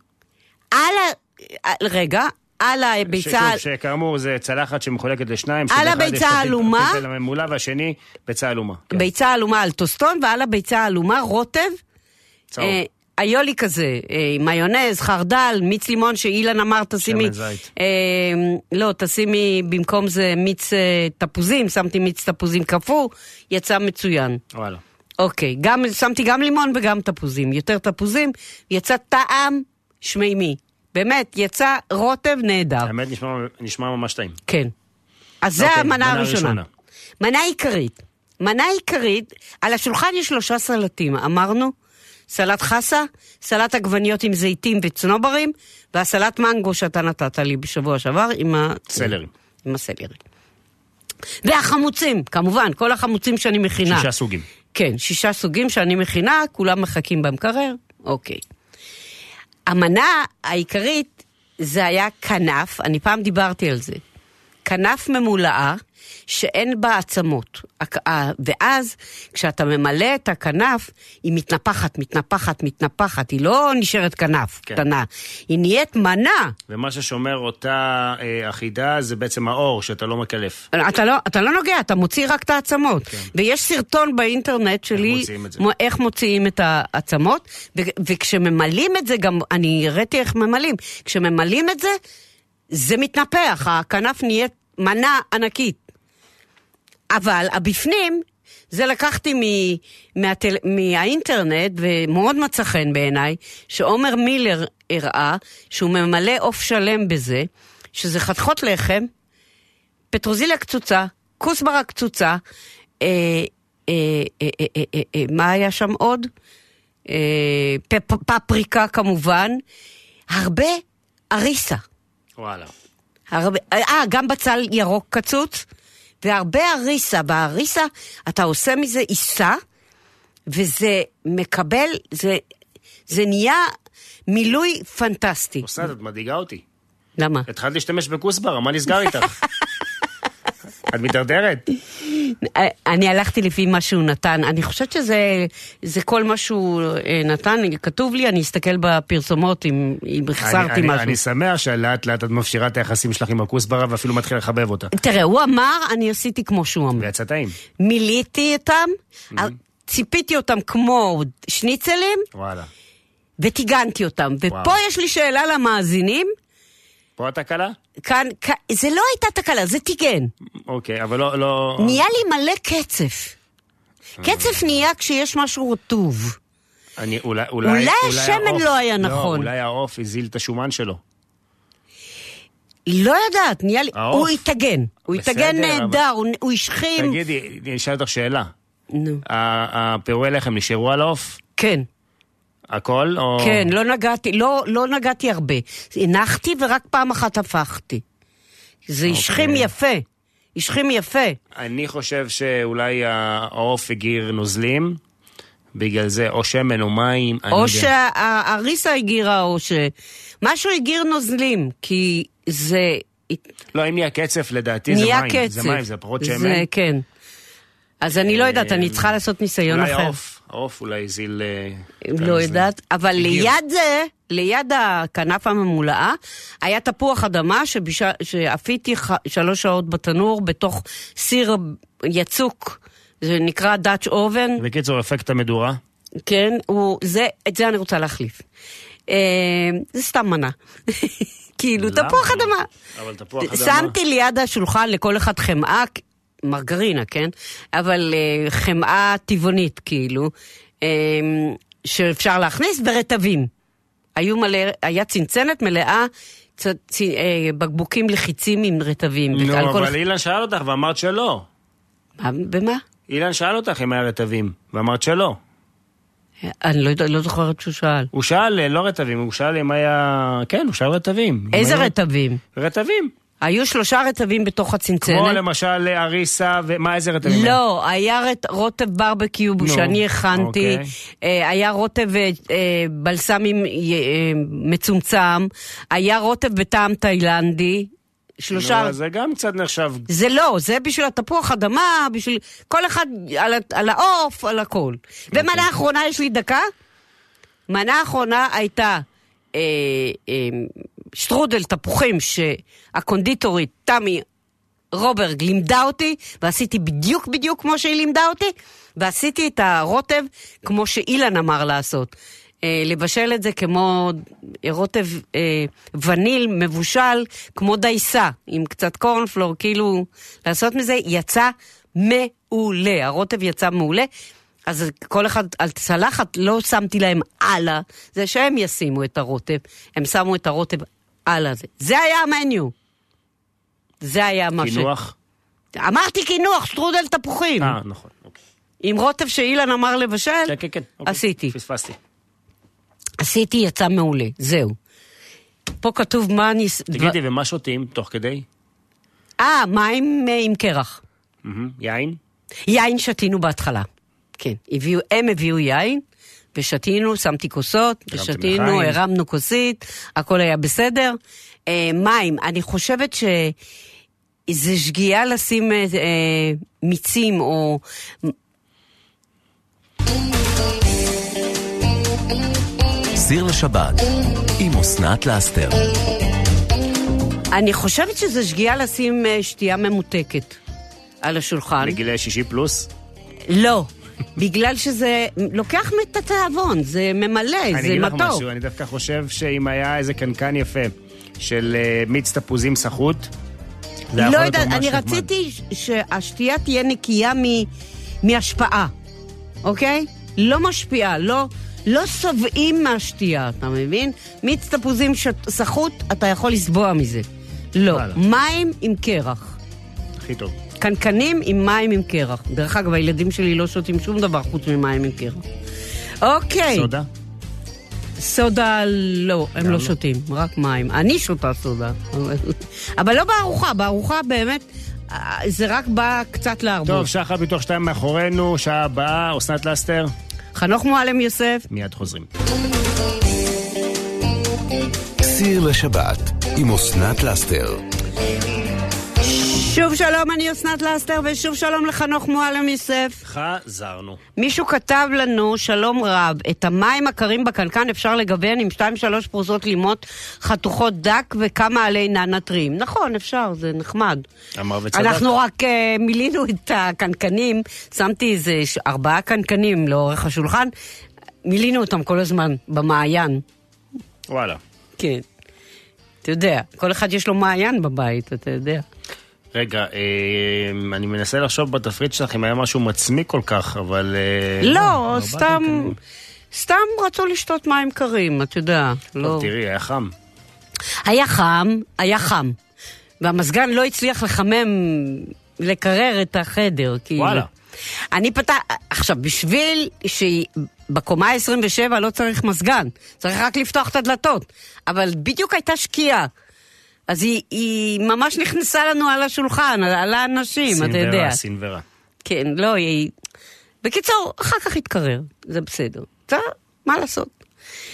Speaker 2: רגע, על הביצה...
Speaker 3: שכאמור זה צלחת שמחולקת לשניים.
Speaker 2: על הביצה האלומה.
Speaker 3: הממולה והשני ביצה אלומה.
Speaker 2: ביצה אלומה על טוסטון, ועל הביצה האלומה רוטב. היולי כזה, מיונז, חרדל, מיץ לימון שאילן אמר תשימי...
Speaker 3: שמן זית.
Speaker 2: לא, תשימי במקום זה מיץ תפוזים, שמתי מיץ תפוזים קפוא, יצא מצוין.
Speaker 3: וואלה.
Speaker 2: אוקיי, שמתי גם לימון וגם תפוזים. יותר תפוזים, יצא טעם שמימי. באמת, יצא רוטב נהדר.
Speaker 3: האמת נשמע ממש טעים.
Speaker 2: כן. אז זה המנה הראשונה. מנה עיקרית. מנה עיקרית, על השולחן יש 3 סלטים, אמרנו, סלט חסה, סלט עגבניות עם זיתים וצנוברים, והסלט מנגו שאתה נתת לי בשבוע שעבר עם
Speaker 3: הסלרי.
Speaker 2: עם הסלרי. והחמוצים, כמובן, כל החמוצים שאני מכינה.
Speaker 3: 6 סוגים.
Speaker 2: כן, 6 סוגים שאני מכינה, כולם מחכים במקרר, אוקיי. המנה העיקרית זה היה כנף, אני פעם דיברתי על זה, כנף ממולאה שאין בה עצמות, ואז כשאתה ממלא את הכנף, היא מתנפחת, היא לא נשארת כנף קטנה, היא נהיית מנה.
Speaker 3: ומה ששומר אותה אחידה זה בעצם האור שאתה לא מקלף.
Speaker 2: אתה לא נוגע, אתה מוציא רק את העצמות. ויש סרטון באינטרנט שלי, איך מוציאים את העצמות, וכשממלאים את זה, גם אני הראיתי איך ממלאים, כשממלאים את זה, זה מתנפח, הכנף נהיית מנה ענקית. אבל הבפנים, זה לקחתי מהאינטרנט, ומאוד מצא חן בעיניי, שעומר מילר הראה, שהוא ממלא עוף שלם בזה, שזה חתכות לחם, פטרוזיליה קצוצה, כוסברה קצוצה, מה היה שם עוד? פפריקה כמובן, הרבה אריסה.
Speaker 3: וואלה.
Speaker 2: גם בצל ירוק קצוץ, והרבה אריסה. באריסה אתה עושה מזה עיסה, וזה מקבל, זה נהיה מילוי פנטסטי.
Speaker 3: עושה, את מדאיגה אותי.
Speaker 2: למה?
Speaker 3: התחלת להשתמש בכוסברה, מה נסגר איתך? את מתדרדרת?
Speaker 2: אני הלכתי לפי מה שהוא נתן. אני חושבת שזה כל מה שהוא נתן. כתוב לי, אני אסתכל בפרסומות אם החסרתי משהו.
Speaker 3: אני שמח שלאט לאט את מפשירה את היחסים שלך עם הכוסברה ואפילו מתחיל לחבב אותה.
Speaker 2: תראה, הוא אמר, אני עשיתי כמו שהוא אמר.
Speaker 3: ויצא טעים.
Speaker 2: מיליתי אותם, ציפיתי אותם כמו שניצלים,
Speaker 3: וואלה.
Speaker 2: וטיגנתי אותם. ופה יש לי שאלה למאזינים.
Speaker 3: פה התקלה?
Speaker 2: כאן, זה לא הייתה תקלה, זה טיגן.
Speaker 3: אוקיי, אבל לא...
Speaker 2: נהיה לי מלא קצף. קצף נהיה כשיש משהו רטוב. אולי השמן לא היה נכון.
Speaker 3: אולי העוף הזיל את השומן שלו.
Speaker 2: לא יודעת, נהיה לי... הוא יתגן. הוא יתגן נהדר, הוא ישכים.
Speaker 3: תגידי, אני אשאל אותך שאלה.
Speaker 2: נו.
Speaker 3: הפירורי לחם נשארו על העוף?
Speaker 2: כן.
Speaker 3: הכל?
Speaker 2: כן, לא נגעתי הרבה. הנחתי ורק פעם אחת הפכתי. זה ישכים יפה. ישכים יפה.
Speaker 3: אני חושב שאולי העוף הגיר נוזלים, בגלל זה או שמן או מים.
Speaker 2: או שהריסה הגירה, או משהו הגיר נוזלים, כי זה...
Speaker 3: לא, אם נהיה קצף, לדעתי זה מים. זה מים, זה פחות שמן.
Speaker 2: זה כן. אז אני לא יודעת, אני צריכה לעשות ניסיון אחר.
Speaker 3: אולי העוף אולי זיל...
Speaker 2: לא יודעת, אבל ליד זה, ליד הכנף הממולאה, היה תפוח אדמה שאפיתי 3 שעות בתנור בתוך סיר יצוק, זה נקרא דאץ' אובן.
Speaker 3: בקיצור, אפקט המדורה.
Speaker 2: כן, את זה אני רוצה להחליף. זה סתם מנה. כאילו, תפוח אדמה.
Speaker 3: אבל תפוח אדמה...
Speaker 2: שמתי ליד השולחן לכל אחד חמאה, מרגרינה, כן? אבל חמאה טבעונית, כאילו, שאפשר להכניס, ורטבים. היה צנצנת מלאה, בקבוקים לחיצים עם רטבים.
Speaker 3: נו, אבל אילן שאל אותך ואמרת שלא.
Speaker 2: במה?
Speaker 3: אילן שאל אותך אם היה רטבים, ואמרת שלא.
Speaker 2: אני לא זוכרת שהוא שאל.
Speaker 3: הוא שאל לא רטבים, הוא שאל אם היה... כן, הוא שאל רטבים.
Speaker 2: איזה רטבים?
Speaker 3: רטבים.
Speaker 2: היו 3 רטבים בתוך הצנצנת.
Speaker 3: כמו למשל אריסה, ומה, איזה רטבים?
Speaker 2: לא, היה רוטב ברבקיו שאני הכנתי, היה רוטב בלסמים מצומצם, היה רוטב בטעם תאילנדי, 3...
Speaker 3: זה גם קצת נחשב.
Speaker 2: זה לא, זה בשביל התפוח אדמה, בשביל כל אחד על העוף, על הכל. ומנה האחרונה, יש לי דקה, מנה האחרונה הייתה... שטרודל תפוחים שהקונדיטורית תמי רוברג לימדה אותי, ועשיתי בדיוק כמו שהיא לימדה אותי, ועשיתי את הרוטב כמו שאילן אמר לעשות. לבשל את זה כמו רוטב וניל מבושל, כמו דייסה, עם קצת קורנפלור, כאילו לעשות מזה, יצא מעולה, הרוטב יצא מעולה, אז כל אחד על צלחת לא שמתי להם הלאה, זה שהם ישימו את הרוטב, הם שמו את הרוטב הלאה זה. זה היה המניו. זה היה מה
Speaker 3: קינוח?
Speaker 2: אמרתי קינוח, שטרודל תפוחים.
Speaker 3: נכון, אוקיי.
Speaker 2: עם רוטב שאילן אמר לבשל,
Speaker 3: כן.
Speaker 2: עשיתי.
Speaker 3: פספסתי.
Speaker 2: עשיתי, יצא מעולה, זהו. פה כתוב מה אני...
Speaker 3: תגידי, ומה שותים תוך כדי?
Speaker 2: מים עם קרח.
Speaker 3: יין?
Speaker 2: יין שתינו בהתחלה. כן, הם הביאו יין, ושתינו, שמתי כוסות, ושתינו, הרמנו כוסית, הכל היה בסדר. מים, אני חושבת שזה שגיאה לשים מיצים או...
Speaker 1: סיר לשבת, עם אסנת לאסתר.
Speaker 2: אני חושבת שזה שגיאה לשים שתייה ממותקת על השולחן.
Speaker 3: בגילי 60 פלוס?
Speaker 2: לא. בגלל שזה לוקח את התאבון, זה ממלא, זה מתוק.
Speaker 3: אני אגיד לך משהו, אני דווקא חושב שאם היה איזה קנקן יפה של מיץ תפוזים סחוט,
Speaker 2: לא יודעת, אני רציתי שהשתייה תהיה נקייה מהשפעה, אוקיי? לא משפיעה, לא סובעים מהשתייה, אתה מבין? מיץ תפוזים סחוט, אתה יכול לסבוע מזה. לא, מים עם קרח.
Speaker 3: הכי טוב.
Speaker 2: קנקנים עם מים עם קרח. דרך אגב, הילדים שלי לא שותים שום דבר חוץ ממים עם קרח. אוקיי.
Speaker 3: סודה?
Speaker 2: סודה לא, הם לא שותים, רק מים. אני שותה סודה. אבל לא בארוחה, בארוחה באמת, זה רק בא קצת להרבות.
Speaker 3: טוב, שחר ביטוח 2 מאחורינו, שעה הבאה, אסנת לאסתר.
Speaker 2: חנוך מועלם יוסף.
Speaker 3: מיד חוזרים.
Speaker 1: סיר לשבת, עם אסנת לאסתר.
Speaker 2: שוב שלום, אני אסנת לסטר, ושוב שלום לחנוך מועלם יוסף.
Speaker 3: חזרנו.
Speaker 2: מישהו כתב לנו, שלום רב, את המים הקרים בקנקן אפשר לגוון עם 2-3 פרוסות לימות חתוכות דק וכמה עלי ננטרים. נכון, אפשר, זה נחמד.
Speaker 3: אמר וצדק.
Speaker 2: אנחנו רק מילינו את הקנקנים, שמתי איזה 4 קנקנים לאורך השולחן, מילינו אותם כל הזמן במעיין.
Speaker 3: וואלה.
Speaker 2: כן. אתה יודע, כל אחד יש לו מעיין בבית, אתה יודע.
Speaker 3: רגע, אני מנסה לחשוב בתפריט שלך אם היה משהו מצמי כל כך, אבל...
Speaker 2: לא, סתם רצו לשתות מים קרים, אתה יודע.
Speaker 3: טוב, תראי, היה חם.
Speaker 2: היה חם. והמסגן לא הצליח לקרר את החדר.
Speaker 3: וואלה.
Speaker 2: אני עכשיו, בשביל שבקומה 27 לא צריך מסגן, צריך רק לפתוח את הדלתות. אבל בדיוק הייתה שקיעה. אז היא ממש נכנסה לנו על השולחן, על האנשים, אתה יודע.
Speaker 3: סינברה.
Speaker 2: כן, לא, היא... בקיצור, אחר כך התקרר, זה בסדר. מה לעשות?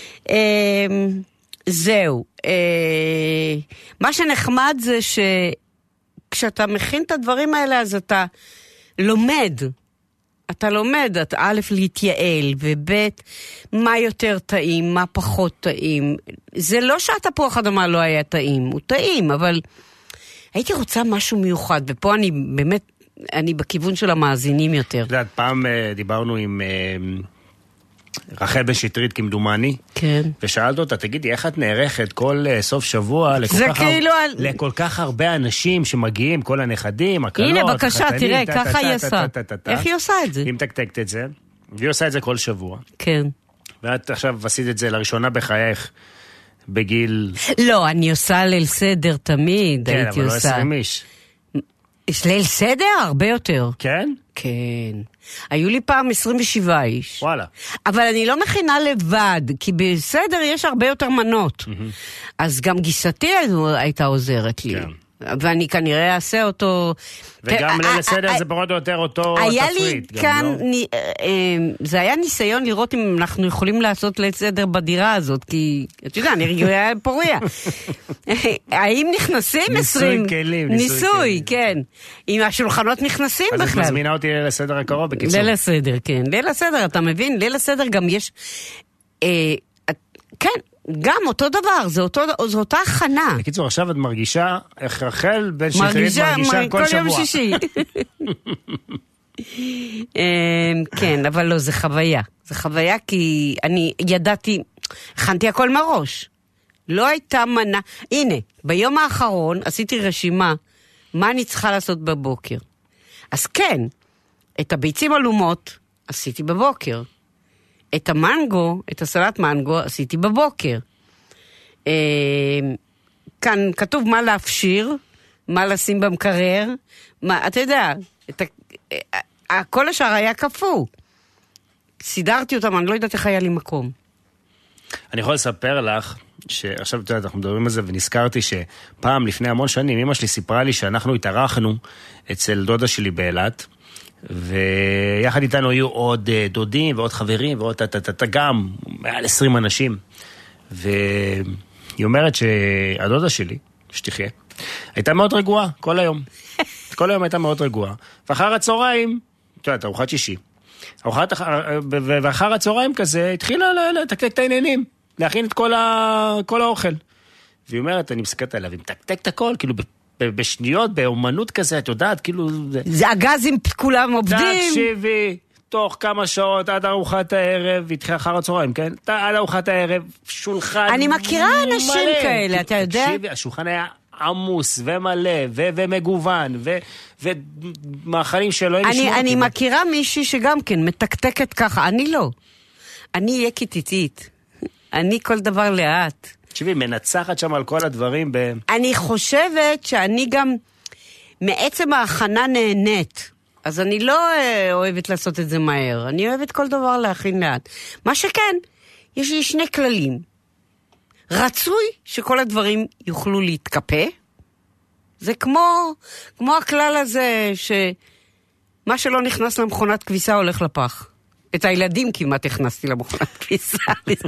Speaker 2: זהו. מה שנחמד זה שכשאתה מכין את הדברים האלה, אז אתה לומד. אתה לומד, א', להתייעל, וב', מה יותר טעים, מה פחות טעים. זה לא שהתפוח אדמה לא היה טעים, הוא טעים, אבל הייתי רוצה משהו מיוחד, ופה אני בכיוון של המאזינים יותר.
Speaker 3: את יודעת, פעם דיברנו עם רחל בן שטרית כמדומני,
Speaker 2: כן.
Speaker 3: ושאלת אותה, תגידי, איך את נערכת כל סוף שבוע לכל כך הרבה אנשים שמגיעים, כל הנכדים, הקלות,
Speaker 2: הנה, בבקשה, תראה, ככה היא עושה. איך היא עושה את זה?
Speaker 3: היא מתקתקת את זה, והיא עושה את זה כל שבוע.
Speaker 2: כן.
Speaker 3: ואת עכשיו עשית את זה לראשונה בחייך, בגיל...
Speaker 2: לא, אני עושה ליל סדר תמיד,
Speaker 3: כן,
Speaker 2: הייתי
Speaker 3: אבל לא
Speaker 2: עושה.
Speaker 3: 20 איש.
Speaker 2: יש ליל סדר? הרבה יותר.
Speaker 3: כן?
Speaker 2: כן. היו לי פעם 27 איש.
Speaker 3: וואלה.
Speaker 2: אבל אני לא מכינה לבד, כי בסדר יש הרבה יותר מנות. אז גם גיסתי הייתה עוזרת לי. כן. ואני כנראה אעשה אותו...
Speaker 3: וגם ליל סדר זה פחות או יותר אותו תפריט.
Speaker 2: היה לי כאן... זה היה ניסיון לראות אם אנחנו יכולים לעשות ליל סדר בדירה הזאת, כי, אתה יודע, אני רגועה פוריה. האם נכנסים 20?
Speaker 3: ניסוי כלים.
Speaker 2: ניסוי, כן. אם השולחנות נכנסים בכלל.
Speaker 3: אז את מזמינה אותי ליל הסדר הקרוב, בקיצור.
Speaker 2: ליל הסדר, כן. ליל הסדר, אתה מבין? ליל הסדר גם יש... כן. גם אותו דבר, זו אותה הכנה.
Speaker 3: בקיצור, עכשיו את מרגישה, איך רחל בן שטרית מרגישה כל שבוע.
Speaker 2: יום שישי. כן, אבל לא, זה חוויה. זה חוויה כי אני ידעתי, הכנתי הכל מראש. לא הייתה מנה. הנה, ביום האחרון עשיתי רשימה, מה אני צריכה לעשות בבוקר. אז כן, את הביצים אלומות עשיתי בבוקר. את המנגו, את הסלט מנגו, עשיתי בבוקר. כאן כתוב מה להפשיר, מה לשים במקרר, אתה יודע, כל השאר היה כפו. סידרתי אותם, אני לא יודעת איך היה לי מקום.
Speaker 3: אני יכול לספר לך, שעכשיו אתה יודעת, אנחנו מדברים על זה, ונזכרתי שפעם לפני המון שנים, אמא שלי סיפרה לי שאנחנו התארחנו אצל דודה שלי באילת, ויחד איתנו היו עוד דודים ועוד חברים ועוד גם מעל 20 אנשים, והיא אומרת שהדודה שלי, שתחיה, הייתה מאוד רגועה כל היום. כל היום הייתה מאוד רגועה. ואחר הצהריים, אתה יודעת, ארוחת שישי, ואחר הצהריים כזה התחילה לתקתק את העניינים, להכין את כל האוכל. והיא אומרת, אני מסתכלת עליו, היא מתקתק את הכל, כאילו בשניות, באומנות כזה, את יודעת, כאילו...
Speaker 2: זה הגזים כולם עובדים.
Speaker 3: תקשיבי, תוך כמה שעות עד ארוחת הערב, התחילה אחר הצהריים, כן? עד ארוחת הערב, שולחן...
Speaker 2: אני מכירה אנשים כאלה, אתה יודע?
Speaker 3: תקשיבי, השולחן היה עמוס ומלא ומגוון, ומאכלים שלא נשמעו.
Speaker 2: אני מכירה מישהי שגם כן מתקתקת ככה, אני לא. אני אהיה כיתיתית. אני כל דבר לאט.
Speaker 3: תקשיבי, מנצחת שם על כל הדברים
Speaker 2: אני חושבת שאני גם מעצם ההכנה נהנית. אז אני לא אוהבת לעשות את זה מהר. אני אוהבת כל דבר להכין לאט. מה שכן, יש לי 2 כללים. רצוי שכל הדברים יוכלו להתקפה. זה כמו הכלל הזה שמה שלא נכנס למכונת כביסה הולך לפח. את הילדים כמעט הכנסתי למכונת כביסה.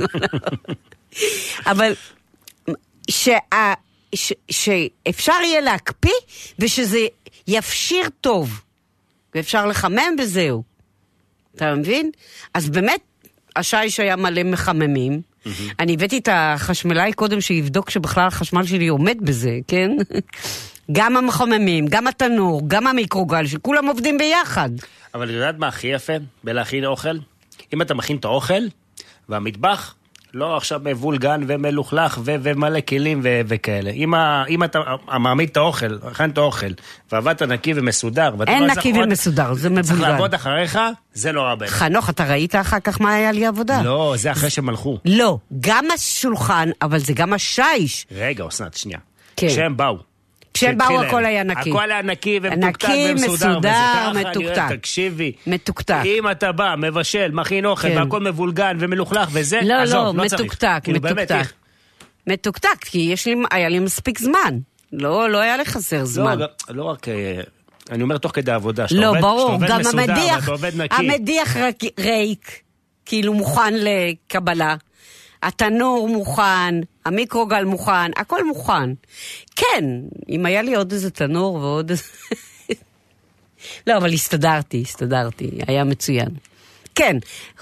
Speaker 2: אבל שאפשר יהיה להקפיא ושזה יפשיר טוב, ואפשר לחמם וזהו. אתה מבין? אז באמת, השיש היה מלא מחממים. אני הבאתי את החשמלאי קודם שיבדוק שבכלל החשמל שלי עומד בזה, כן? גם המחממים, גם התנור, גם המיקרוגל, שכולם עובדים ביחד.
Speaker 3: אבל את יודעת מה הכי יפה בלהכין אוכל? אם אתה מכין את האוכל, והמטבח לא עכשיו מבולגן ומלוכלך ומלא כלים וכאלה. אם אתה מעמיד את האוכל, הכנת את האוכל, ועבדת נקי ומסודר,
Speaker 2: אין נקי ומסודר, זה מבולגן.
Speaker 3: צריך לעבוד אחריך, זה לא רבה.
Speaker 2: חנוך, אתה ראית אחר כך מה היה לי עבודה?
Speaker 3: לא, זה אחרי שמלכו.
Speaker 2: לא, גם השולחן, אבל זה גם השיש.
Speaker 3: רגע, אסנת, שנייה.
Speaker 2: כן.
Speaker 3: כשהם באו.
Speaker 2: כשהם באו הכל היה נקי.
Speaker 3: הכל היה נקי ומתוקתק ומסודר,
Speaker 2: מתוקתק.
Speaker 3: תקשיבי.
Speaker 2: מתוקתק.
Speaker 3: אם אתה בא, מבשל, מכין אוכל, והכל מבולגן ומלוכלך וזה,
Speaker 2: לא, מתוקתק, מתוקתק. מתוקתק, כי היה לי מספיק זמן. לא היה לי חסר זמן.
Speaker 3: לא רק, אני אומר תוך כדי העבודה,
Speaker 2: לא, ברור, גם
Speaker 3: המדיח,
Speaker 2: המדיח ריק, כאילו מוכן לקבלה. התנור מוכן, המיקרוגל מוכן, הכל מוכן. כן, אם היה לי עוד איזה תנור ועוד איזה... לא, אבל הסתדרתי, היה מצוין. כן,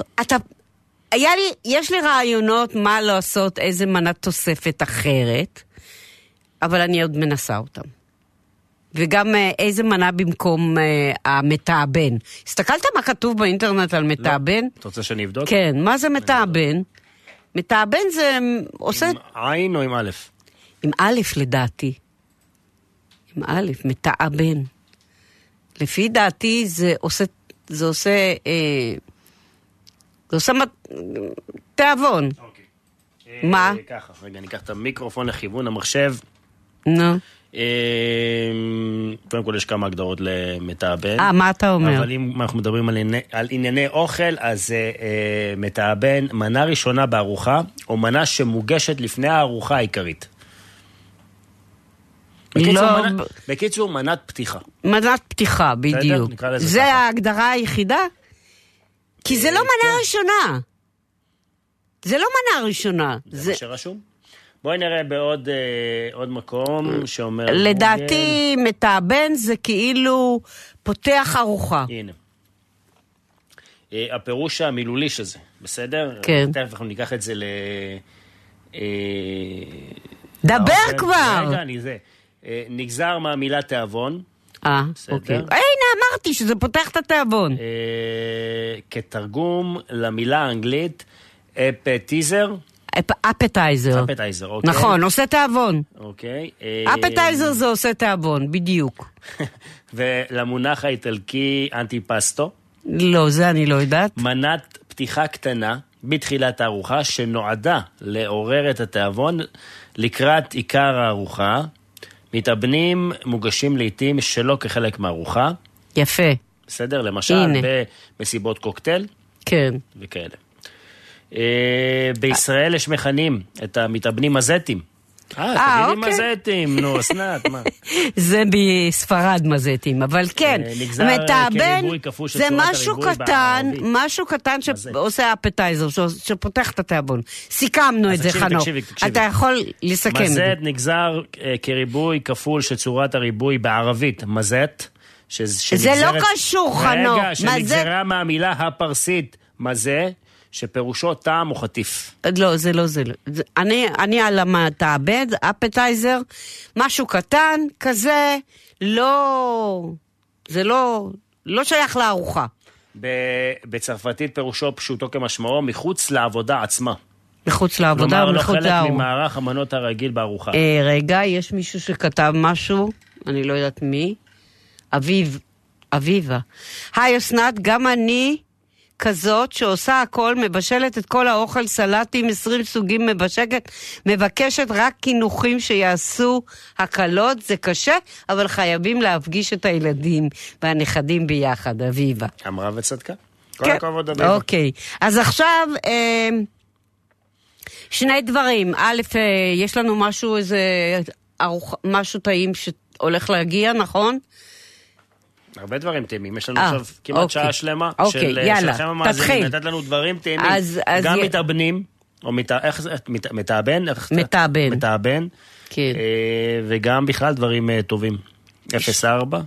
Speaker 2: יש לי רעיונות מה לעשות, איזה מנת תוספת אחרת, אבל אני עוד מנסה אותם. וגם איזה מנה במקום המתאבן. הסתכלת מה כתוב באינטרנט על מתאבן?
Speaker 3: לא, אתה רוצה שאני אבדוק?
Speaker 2: כן, מה זה מתאבן? מתאבן זה עושה...
Speaker 3: עם עין או עם א'?
Speaker 2: עם א' לדעתי. עם א', מתאבן. לפי דעתי זה עושה תיאבון. מה?
Speaker 3: ככה, רגע, אני אקח את המיקרופון לכיוון המחשב.
Speaker 2: נו.
Speaker 3: קודם כל יש כמה הגדרות למתאבן.
Speaker 2: מה אתה אומר?
Speaker 3: אבל אם אנחנו מדברים על ענייני אוכל, אז מתאבן מנה ראשונה בארוחה, או מנה שמוגשת לפני הארוחה העיקרית. בקיצור, מנת פתיחה.
Speaker 2: מנת פתיחה, בדיוק. זה ההגדרה היחידה? כי זה לא מנה ראשונה. זה לא מנה ראשונה.
Speaker 3: זה מה שרשום? בואי נראה בעוד מקום שאומר...
Speaker 2: לדעתי מתאבן זה כאילו פותח ארוחה.
Speaker 3: הנה. הפירוש המילולי שזה, בסדר?
Speaker 2: כן.
Speaker 3: תכף אנחנו ניקח את זה
Speaker 2: דבר כבר!
Speaker 3: רגע, נגזר מהמילה תיאבון.
Speaker 2: אוקיי. הנה, אמרתי שזה פותח את התיאבון.
Speaker 3: כתרגום למילה האנגלית, אפטיזר.
Speaker 2: אפטייזר.
Speaker 3: אפטייזר, אוקיי.
Speaker 2: נכון, עושה תיאבון.
Speaker 3: אוקיי.
Speaker 2: אפטייזר זה עושה תיאבון, בדיוק.
Speaker 3: ולמונח האיטלקי אנטיפסטו.
Speaker 2: לא, זה אני לא יודעת.
Speaker 3: מנת פתיחה קטנה בתחילת הארוחה, שנועדה לעורר את התיאבון לקראת עיקר הארוחה. מתאבנים מוגשים לעתים שלא כחלק מהארוחה.
Speaker 2: יפה.
Speaker 3: בסדר? למשל, במסיבות קוקטייל.
Speaker 2: כן.
Speaker 3: וכאלה. בישראל יש מכנים את המתאבנים מזטים. תגידי מזטים, נו, אסנת, מה?
Speaker 2: זה בספרד מזטים, אבל כן, מתאבן זה משהו קטן שעושה אפטייזר, שפותח את התיאבון. סיכמנו את זה, חנוך. אתה יכול לסכם את זה.
Speaker 3: מזט נגזר כריבוי כפול של צורת הריבוי בערבית, מזט.
Speaker 2: זה לא קשור, חנוך.
Speaker 3: רגע, שנגזרה מהמילה הפרסית, מזה, שפירושו טעם או חטיף.
Speaker 2: לא, זה לא. אני על המתאבד, אפטייזר, משהו קטן, כזה, זה לא שייך לארוחה.
Speaker 3: בצרפתית פירושו פשוטו כמשמעו, מחוץ לעבודה עצמה.
Speaker 2: מחוץ לעבודה או מחוץ
Speaker 3: לארוחה. כלומר, לא חלק ממערך המנות הרגיל בארוחה.
Speaker 2: רגע, יש מישהו שכתב משהו, אני לא יודעת מי. אביבה. היי אסנת, גם אני כזאת שעושה הכל, מבשלת את כל האוכל, סלטים, 20 סוגים מבקשת רק כינוכים שיעשו הקלות, זה קשה, אבל חייבים להפגיש את הילדים והנכדים ביחד, אביבה.
Speaker 3: אמרה וצדקה. כל הכבוד, אביבה.
Speaker 2: אוקיי, אז עכשיו, שני דברים. א', יש לנו משהו טעים שהולך להגיע, נכון?
Speaker 3: הרבה דברים טעימים, יש לנו עכשיו כמעט שעה שלמה
Speaker 2: יאללה,
Speaker 3: שלכם המאזינים, נתת לנו דברים טעימים, גם מתאבנים, או מתאבן,
Speaker 2: מתאבן,
Speaker 3: וגם בכלל דברים טובים. 04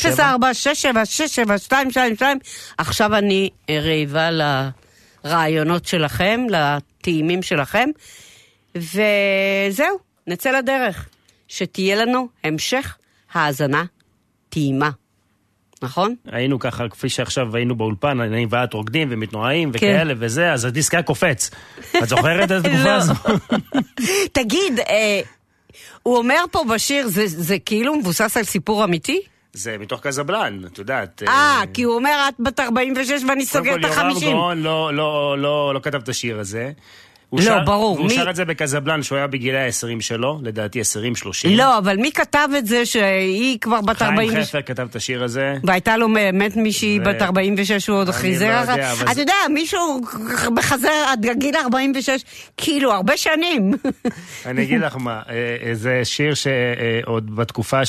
Speaker 2: 222. עכשיו אני רעיבה לרעיונות שלכם, לטעימים שלכם, וזהו, נצא לדרך. שתהיה לנו המשך האזנה טעימה. נכון?
Speaker 3: היינו ככה, כפי שעכשיו היינו באולפן, אני ואת רוקדים ומתנועים וכאלה וזה, אז הדיסק היה קופץ. את זוכרת את התקופה הזו?
Speaker 2: תגיד, הוא אומר פה בשיר, זה כאילו מבוסס על סיפור אמיתי?
Speaker 3: זה מתוך קזבלן, את יודעת.
Speaker 2: כי הוא אומר, את בת 46 ואני סוגר את ה-50.
Speaker 3: יורם גאון לא כתב את השיר הזה.
Speaker 2: לא, ברור.
Speaker 3: והוא שר את זה בקזבלן, שהוא היה בגילי ה-20 שלו, לדעתי 20-30.
Speaker 2: לא, אבל מי כתב את זה שהיא כבר בת 46?
Speaker 3: חיים חפר כתב את השיר הזה.
Speaker 2: והייתה לו באמת מישהי בת 46, הוא עוד חיזר. אתה יודע, מישהו בחזר עד גיל 46, כאילו, הרבה שנים.
Speaker 3: אני אגיד לך מה, זה שיר שעוד בתקופה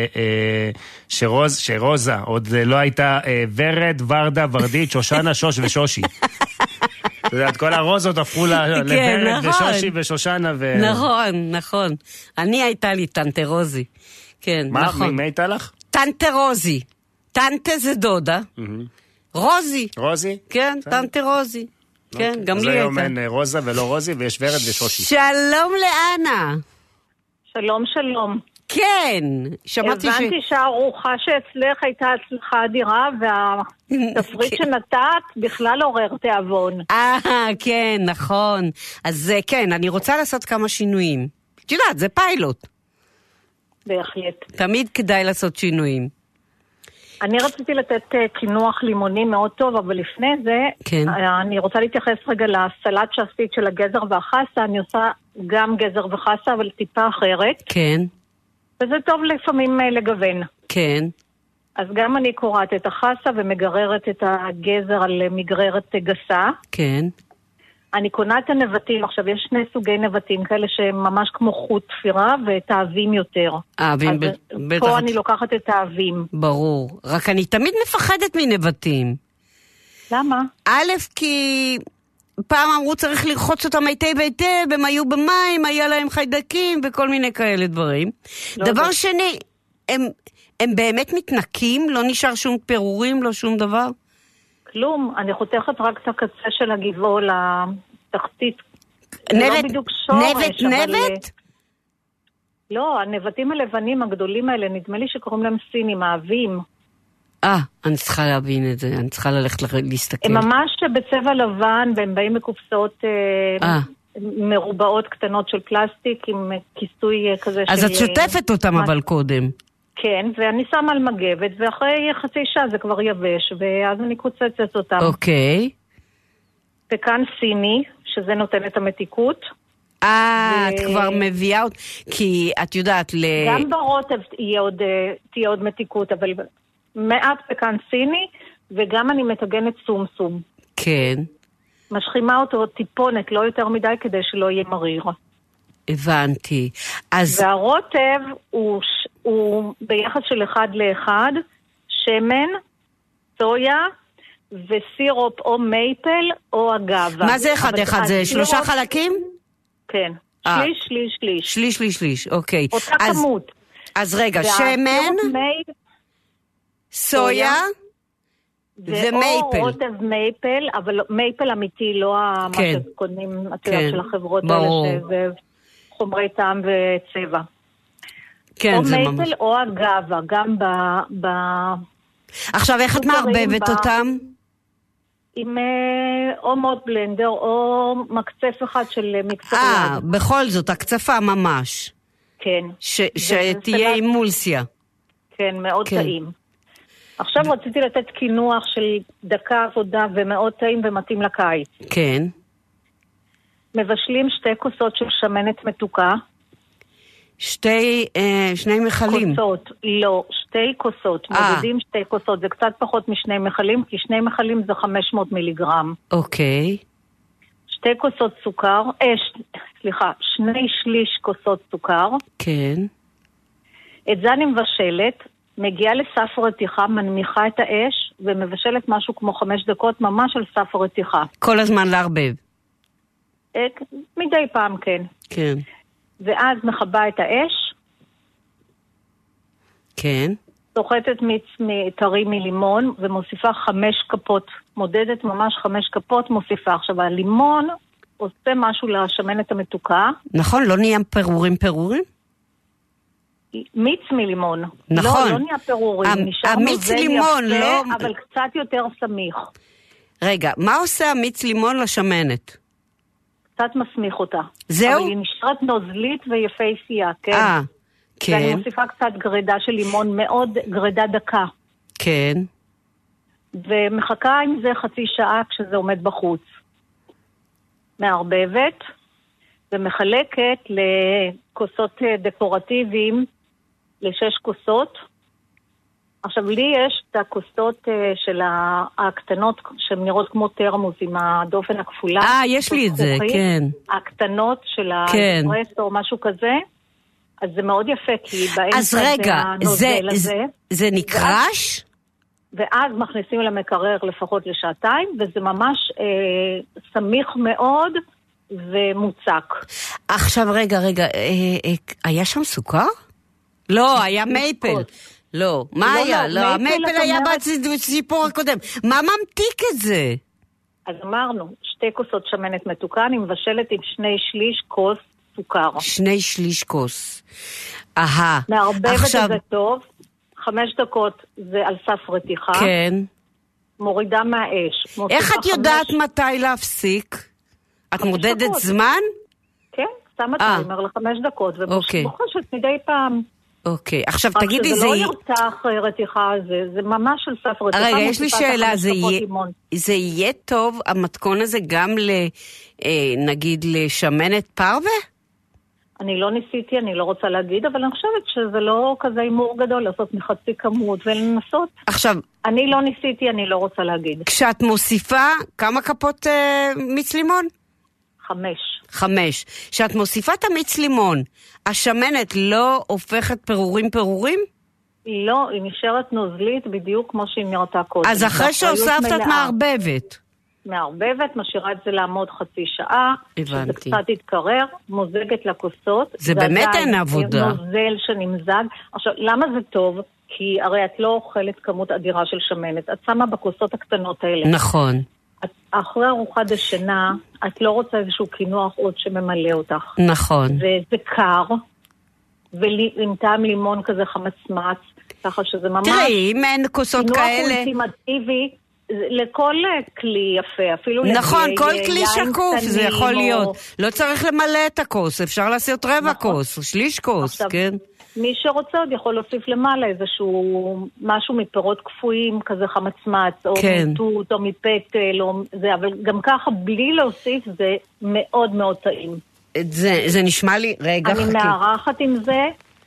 Speaker 3: שרוזה, עוד לא הייתה ורד, ורדה, ורדית, שושנה, שוש ושושי. אתה יודעת, כל הרוזות הפכו לברד ושושי ושושנה
Speaker 2: נכון. אני הייתה לי טנטה רוזי. כן, נכון.
Speaker 3: מי הייתה לך?
Speaker 2: טנטה רוזי. טנטה זה דודה. רוזי.
Speaker 3: רוזי?
Speaker 2: כן, טנטה רוזי. כן, גם לי הייתה.
Speaker 3: אז היום אין רוזה ולא רוזי, ויש ורד ושושי.
Speaker 2: שלום לאנה.
Speaker 5: שלום.
Speaker 2: כן, שמעתי
Speaker 5: הבנתי שהארוחה שאצלך הייתה הצלחה אדירה, והתפריט שנתת בכלל עורר תיאבון.
Speaker 2: כן, נכון. אז כן, אני רוצה לעשות כמה שינויים. את יודעת, זה פיילוט.
Speaker 5: בהחלט.
Speaker 2: תמיד כדאי לעשות שינויים.
Speaker 5: אני רציתי לתת קינוח לימוני מאוד טוב, אבל לפני זה,
Speaker 2: כן.
Speaker 5: אני רוצה להתייחס רגע לסלט שעשית של הגזר והחסה. אני עושה גם גזר וחסה, אבל טיפה אחרת.
Speaker 2: כן.
Speaker 5: וזה טוב לפעמים לגוון.
Speaker 2: כן.
Speaker 5: אז גם אני קוראת את החסה ומגררת את הגזר על מגררת גסה.
Speaker 2: כן.
Speaker 5: אני קונה את הנבטים. עכשיו, יש שני סוגי נבטים כאלה שהם ממש כמו חוט תפירה ותאווים יותר.
Speaker 2: אהבים,
Speaker 5: בטח. פה אני לוקחת את האווים.
Speaker 2: ברור. רק אני תמיד מפחדת מנבטים.
Speaker 5: למה?
Speaker 2: א', כי פעם אמרו צריך לרחוץ אותם היטב, הם היו במים, היה להם חיידקים וכל מיני כאלה דברים. דבר שני, הם באמת מתנקים? לא נשאר שום פירורים, לא שום דבר?
Speaker 5: כלום, אני חותכת רק את הקצה של הגבעול לתחתית.
Speaker 2: נבט?
Speaker 5: לא, הנבטים הלבנים הגדולים האלה, נדמה לי שקוראים להם סינים, האבים.
Speaker 2: אני צריכה להבין את זה, אני צריכה ללכת להסתכל.
Speaker 5: הם ממש בצבע לבן, והם באים מקופסאות מרובעות קטנות של פלסטיק, עם כיסוי כזה
Speaker 2: אז את שוטפת אותם אבל קודם.
Speaker 5: כן, ואני שמה על מגבת, ואחרי חצי שעה זה כבר יבש, ואז אני קוצצת אותם.
Speaker 2: אוקיי.
Speaker 5: פקן סיני, שזה נותן את המתיקות.
Speaker 2: את כבר מביאה אותה, כי את יודעת
Speaker 5: גם ברוטב תהיה עוד מתיקות, אבל מעט פקן סיני, וגם אני מטגנת סום.
Speaker 2: כן.
Speaker 5: משחימה אותו טיפונת, לא יותר מדי, כדי שלא יהיה מריר.
Speaker 2: הבנתי.
Speaker 5: והרוטב הוא ביחס של 1:1, שמן, סויה וסירופ או מייפל או אגבה.
Speaker 2: מה זה 1:1? זה 3 חלקים?
Speaker 5: כן. שליש,
Speaker 2: אוקיי.
Speaker 5: אותה כמות.
Speaker 2: אז רגע, שמן, סויה ומייפל.
Speaker 5: או רוטב מייפל, אבל מייפל אמיתי, לא מה שקונים של החברות האלה, שזה חומרי טעם וצבע.
Speaker 2: כן, זה ממש.
Speaker 5: או מייפל או אגבה, גם
Speaker 2: עכשיו, איך את מערבבת אותם?
Speaker 5: עם או מוד בלנדר או מקצף אחד של מיקסר יד.
Speaker 2: בכל זאת, הקצפה ממש.
Speaker 5: כן.
Speaker 2: שתהיה אימולסיה.
Speaker 5: כן, מאוד טעים. עכשיו רציתי לתת קינוח של דקה עבודה ומאוד טעים ומתאים לקיץ.
Speaker 2: כן.
Speaker 5: מבשלים 2 כוסות של שמנת מתוקה.
Speaker 2: 2 מכלים.
Speaker 5: כוסות, לא, 2 כוסות. מודדים 2 כוסות, זה קצת פחות מ2 מכלים, כי 2 מכלים זה 500 מיליגרם.
Speaker 2: אוקיי.
Speaker 5: 2 כוסות סוכר, 2/3 כוסות סוכר.
Speaker 2: כן.
Speaker 5: את זה אני מבשלת, מגיעה לסף רתיחה, מנמיכה את האש, ומבשלת משהו כמו 5 דקות ממש על סף רתיחה.
Speaker 2: כל הזמן להרבב.
Speaker 5: מדי פעם, כן.
Speaker 2: כן.
Speaker 5: ואז מחבה את האש.
Speaker 2: כן.
Speaker 5: סוחטת מיץ טרי מלימון ומוסיפה 5 כפות, מודדת ממש 5 כפות מוסיפה. עכשיו הלימון עושה משהו לשמנת המתוקה.
Speaker 2: נכון, לא נהיה פירורים?
Speaker 5: מיץ מלימון.
Speaker 2: נכון.
Speaker 5: לא נהיה פירורים.
Speaker 2: המיץ לימון,
Speaker 5: יפה,
Speaker 2: לא...
Speaker 5: אבל קצת יותר סמיך.
Speaker 2: רגע, מה עושה המיץ לימון לשמנת?
Speaker 5: קצת מסמיך אותה.
Speaker 2: זהו?
Speaker 5: אבל היא נשארת נוזלית ויפהפייה, כן.
Speaker 2: כן.
Speaker 5: ואני מוסיפה קצת גרידה של לימון, מאוד גרידה דקה.
Speaker 2: כן.
Speaker 5: ומחכה עם זה חצי שעה כשזה עומד בחוץ. מערבבת, ומחלקת לכוסות דקורטיביים, ל6 כוסות. עכשיו, לי יש את הכוסות של הקטנות, שהן נראות כמו תרמוס עם הדופן הכפולה.
Speaker 2: יש לי את זה, כן.
Speaker 5: הקטנות של האספרסו או משהו כזה. אז זה מאוד יפה, כי באמצע
Speaker 2: אז רגע,
Speaker 5: הנוזל הזה.
Speaker 2: זה נקרש?
Speaker 5: ואז מכניסים למקרר לפחות לשעתיים, וזה ממש סמיך מאוד ומוצק.
Speaker 2: עכשיו רגע, היה שם סוכר? לא, היה מייפל. לא, מה היה? לא, המייפל היה בסיפור הקודם. מה ממתיק את זה?
Speaker 5: אז אמרנו, 2 כוסות שמנת מתוקה, אני מבשלת עם 2/3 כוס סוכר.
Speaker 2: 2/3 כוס.
Speaker 5: מערבבת את זה טוב. 5 דקות זה על סף רתיחה.
Speaker 2: כן.
Speaker 5: מורידה מהאש.
Speaker 2: איך את יודעת מתי להפסיק? את מודדת זמן?
Speaker 5: כן, שמה טיימר ל5 דקות, ובוחשת מדי פעם.
Speaker 2: אוקיי, עכשיו תגידי זה...
Speaker 5: רק שזה לא ירתח רתיחה, זה ממש על סף רתיחה.
Speaker 2: רגע, יש לי שאלה, זה יהיה טוב, המתכון הזה גם נגיד לשמנת פרווה?
Speaker 5: אני לא ניסיתי, אני לא רוצה להגיד, אבל אני חושבת שזה לא כזה אימור גדול לעשות מחצי כמות ולנסות.
Speaker 2: עכשיו...
Speaker 5: אני לא ניסיתי, אני לא רוצה להגיד.
Speaker 2: כשאת מוסיפה, כמה כפות מיץ לימון?
Speaker 5: 5.
Speaker 2: כשאת מוסיפה את המיץ לימון, השמנת לא הופכת פירורים?
Speaker 5: לא, היא נשארת נוזלית בדיוק כמו שהיא נראתה קודם.
Speaker 2: אז אחרי שהוספת את
Speaker 5: מערבבת, משאירה את זה לעמוד חצי שעה.
Speaker 2: הבנתי.
Speaker 5: שזה קצת יתקרר, מוזגת לכוסות.
Speaker 2: זה באמת אין עבודה.
Speaker 5: נוזל שנמזג. עכשיו, למה זה טוב? כי הרי את לא אוכלת כמות אדירה של שמנת. את שמה בכוסות הקטנות האלה.
Speaker 2: נכון.
Speaker 5: אחרי ארוחת השינה, את לא רוצה איזשהו קינוח עוד שממלא אותך.
Speaker 2: נכון.
Speaker 5: וזה קר, ועם טעם לימון כזה חמצמץ, ככה שזה ממש...
Speaker 2: תראי, אם אין כוסות כאלה...
Speaker 5: קינוח אולטימטיבי, לכל כלי יפה, אפילו...
Speaker 2: נכון, כל כלי שקוף, זה יכול להיות. לא צריך למלא את הכוס, אפשר לעשות רבע כוס, 1/3 כוס, כן?
Speaker 5: מי שרוצה עוד יכול להוסיף למעלה איזשהו משהו מפירות קפואים, כזה חמצמץ, או מטות, או מפטל, או זה, אבל גם ככה, בלי להוסיף, זה מאוד מאוד טעים.
Speaker 2: זה נשמע לי, רגע,
Speaker 5: אני מערכת עם זה,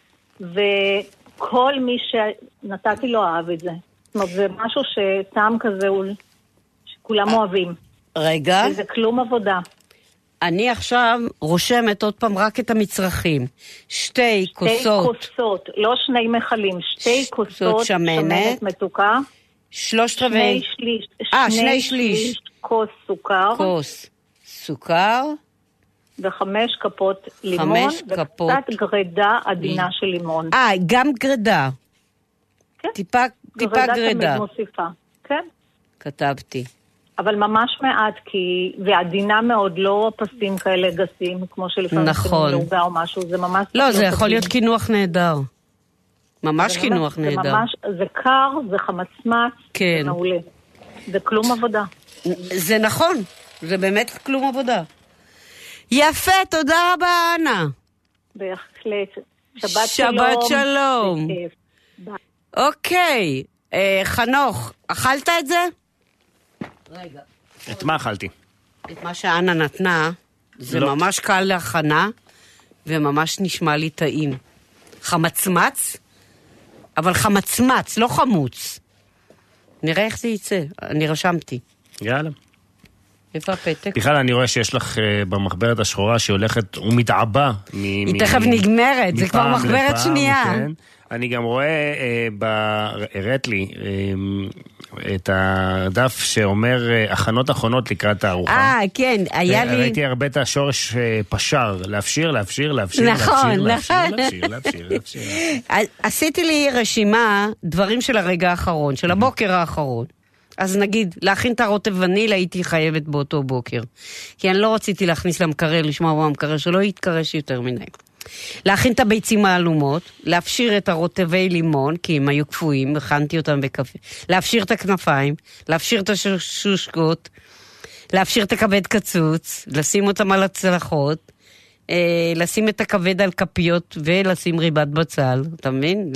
Speaker 5: וכל מי שנתתי לו אהב את זה. זאת אומרת, זה משהו שטעם כזה, שכולם אוהבים.
Speaker 2: רגע.
Speaker 5: וזה כלום עבודה.
Speaker 2: אני עכשיו רושמת עוד פעם רק את המצרכים. 2 כוסות.
Speaker 5: 2 כוסות, לא 2 מכלים, 2 כוסות שמנת מתוקה. 3/4. 2/3 כוס סוכר.
Speaker 2: כוס סוכר.
Speaker 5: ו5 כפות לימון. וקצת גרידה עדינה של לימון.
Speaker 2: גם גרידה.
Speaker 5: כן.
Speaker 2: טיפה גרידה.
Speaker 5: תמיד מוסיפה. כן.
Speaker 2: כתבתי.
Speaker 5: אבל ממש מעט, כי... ועדינה מאוד, לא פסים כאלה גסים, כמו שלפעמים...
Speaker 2: נכון.
Speaker 5: נוגע או משהו, זה ממש...
Speaker 2: לא, זה יכול להיות קינוח נהדר. ממש קינוח נהדר.
Speaker 5: זה קר, זה חמצמץ,
Speaker 2: כן.
Speaker 5: זה מעולה. זה כלום עבודה.
Speaker 2: זה נכון, זה באמת כלום עבודה. יפה, תודה רבה, אנה.
Speaker 5: בהחלט. שבת
Speaker 2: שלום. אוקיי, חנוך, אכלת את זה? רגע.
Speaker 3: את מה אכלתי?
Speaker 2: את מה שאנה נתנה, זה ממש קל להכנה, וממש נשמע לי טעים. חמצמץ, אבל חמצמץ, לא חמוץ. נראה איך זה יצא, אני רשמתי.
Speaker 3: יאללה.
Speaker 2: איפה הפתק?
Speaker 3: בכלל אני רואה שיש לך במחברת השחורה שהולכת ומתעבה.
Speaker 2: היא תכף נגמרת, זה כבר מחברת שנייה.
Speaker 3: אני גם רואה, הראת לי, את הדף שאומר הכנות אחרונות לקראת הארוחה.
Speaker 2: כן, היה לי...
Speaker 3: ראיתי הרבה את השורש פשר, להפשיר.
Speaker 2: נכון. עשיתי לי רשימה דברים של הרגע האחרון, של הבוקר האחרון. אז נגיד, להכין את הרוטב וניל הייתי חייבת באותו בוקר. כי אני לא רציתי להכניס למקרר, לשמוע במקרר, שלא יתקרש יותר מדי. להכין את הביצים העלומות, להפשיר את הרוטבי לימון, כי הם היו קפואים, הכנתי אותם בקפה, להפשיר את הכנפיים, להפשיר את השושקות, להפשיר את הכבד קצוץ, לשים אותם על הצלחות, לשים את הכבד על כפיות ולשים ריבת בצל, אתה מבין?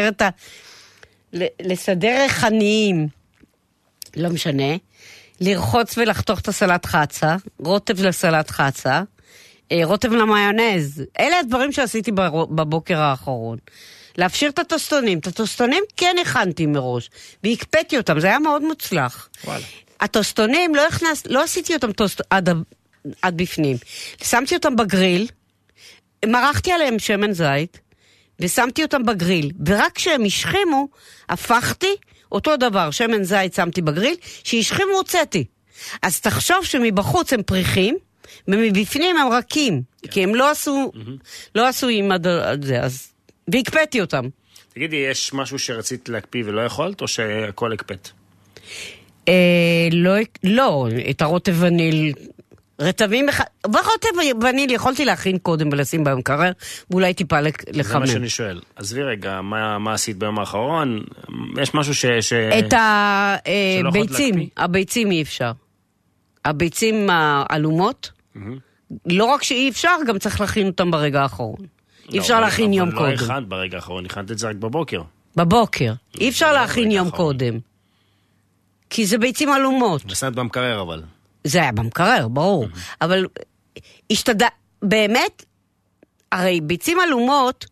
Speaker 2: לסדר ריחניים, לא משנה, לרחוץ ולחתוך את הסלט חצה, רוטב לסלט חצה, רוטב למיונז. אלה הדברים שעשיתי בבוקר האחרון. להפשיר את הטוסטונים. את הטוסטונים כן הכנתי מראש, והקפאתי אותם, זה היה מאוד מוצלח. וואלה. הטוסטונים לא עשיתי אותם עד בפנים. שמתי אותם בגריל, מרחתי עליהם שמן זית, ושמתי אותם בגריל, ורק כשהם השכימו, הפכתי אותו דבר, שמן זית שמתי בגריל, שהשכימו הוצאתי. אז תחשוב שמבחוץ הם פריחים, ומבפנים הם רכים, כי הם לא עשו עם זה, אז... והקפאתי אותם.
Speaker 3: תגידי, יש משהו שרצית להקפיא ולא יכולת, או שהכל הקפאת?
Speaker 2: לא, את הרוטב וניל... ברוטב וניל יכולתי להכין קודם ולשים במקרר, ואולי טיפה לחמם.
Speaker 3: זה מה שאני שואל. עזבי רגע, מה עשית ביום האחרון? יש משהו
Speaker 2: את הביצים, הביצים אי אפשר. הביצים העלומות, לא רק שאי אפשר, גם צריך להכין אותם ברגע האחרון. אי אפשר להכין יום קודם.
Speaker 3: לא הכנת ברגע האחרון, הכנת את זה רק בבוקר.
Speaker 2: בבוקר. אי אפשר להכין יום קודם. כי זה ביצים עלומות.
Speaker 3: ושמת במקרר אבל.
Speaker 2: זה היה במקרר, ברור. אבל באמת, הרי ביצים עלומות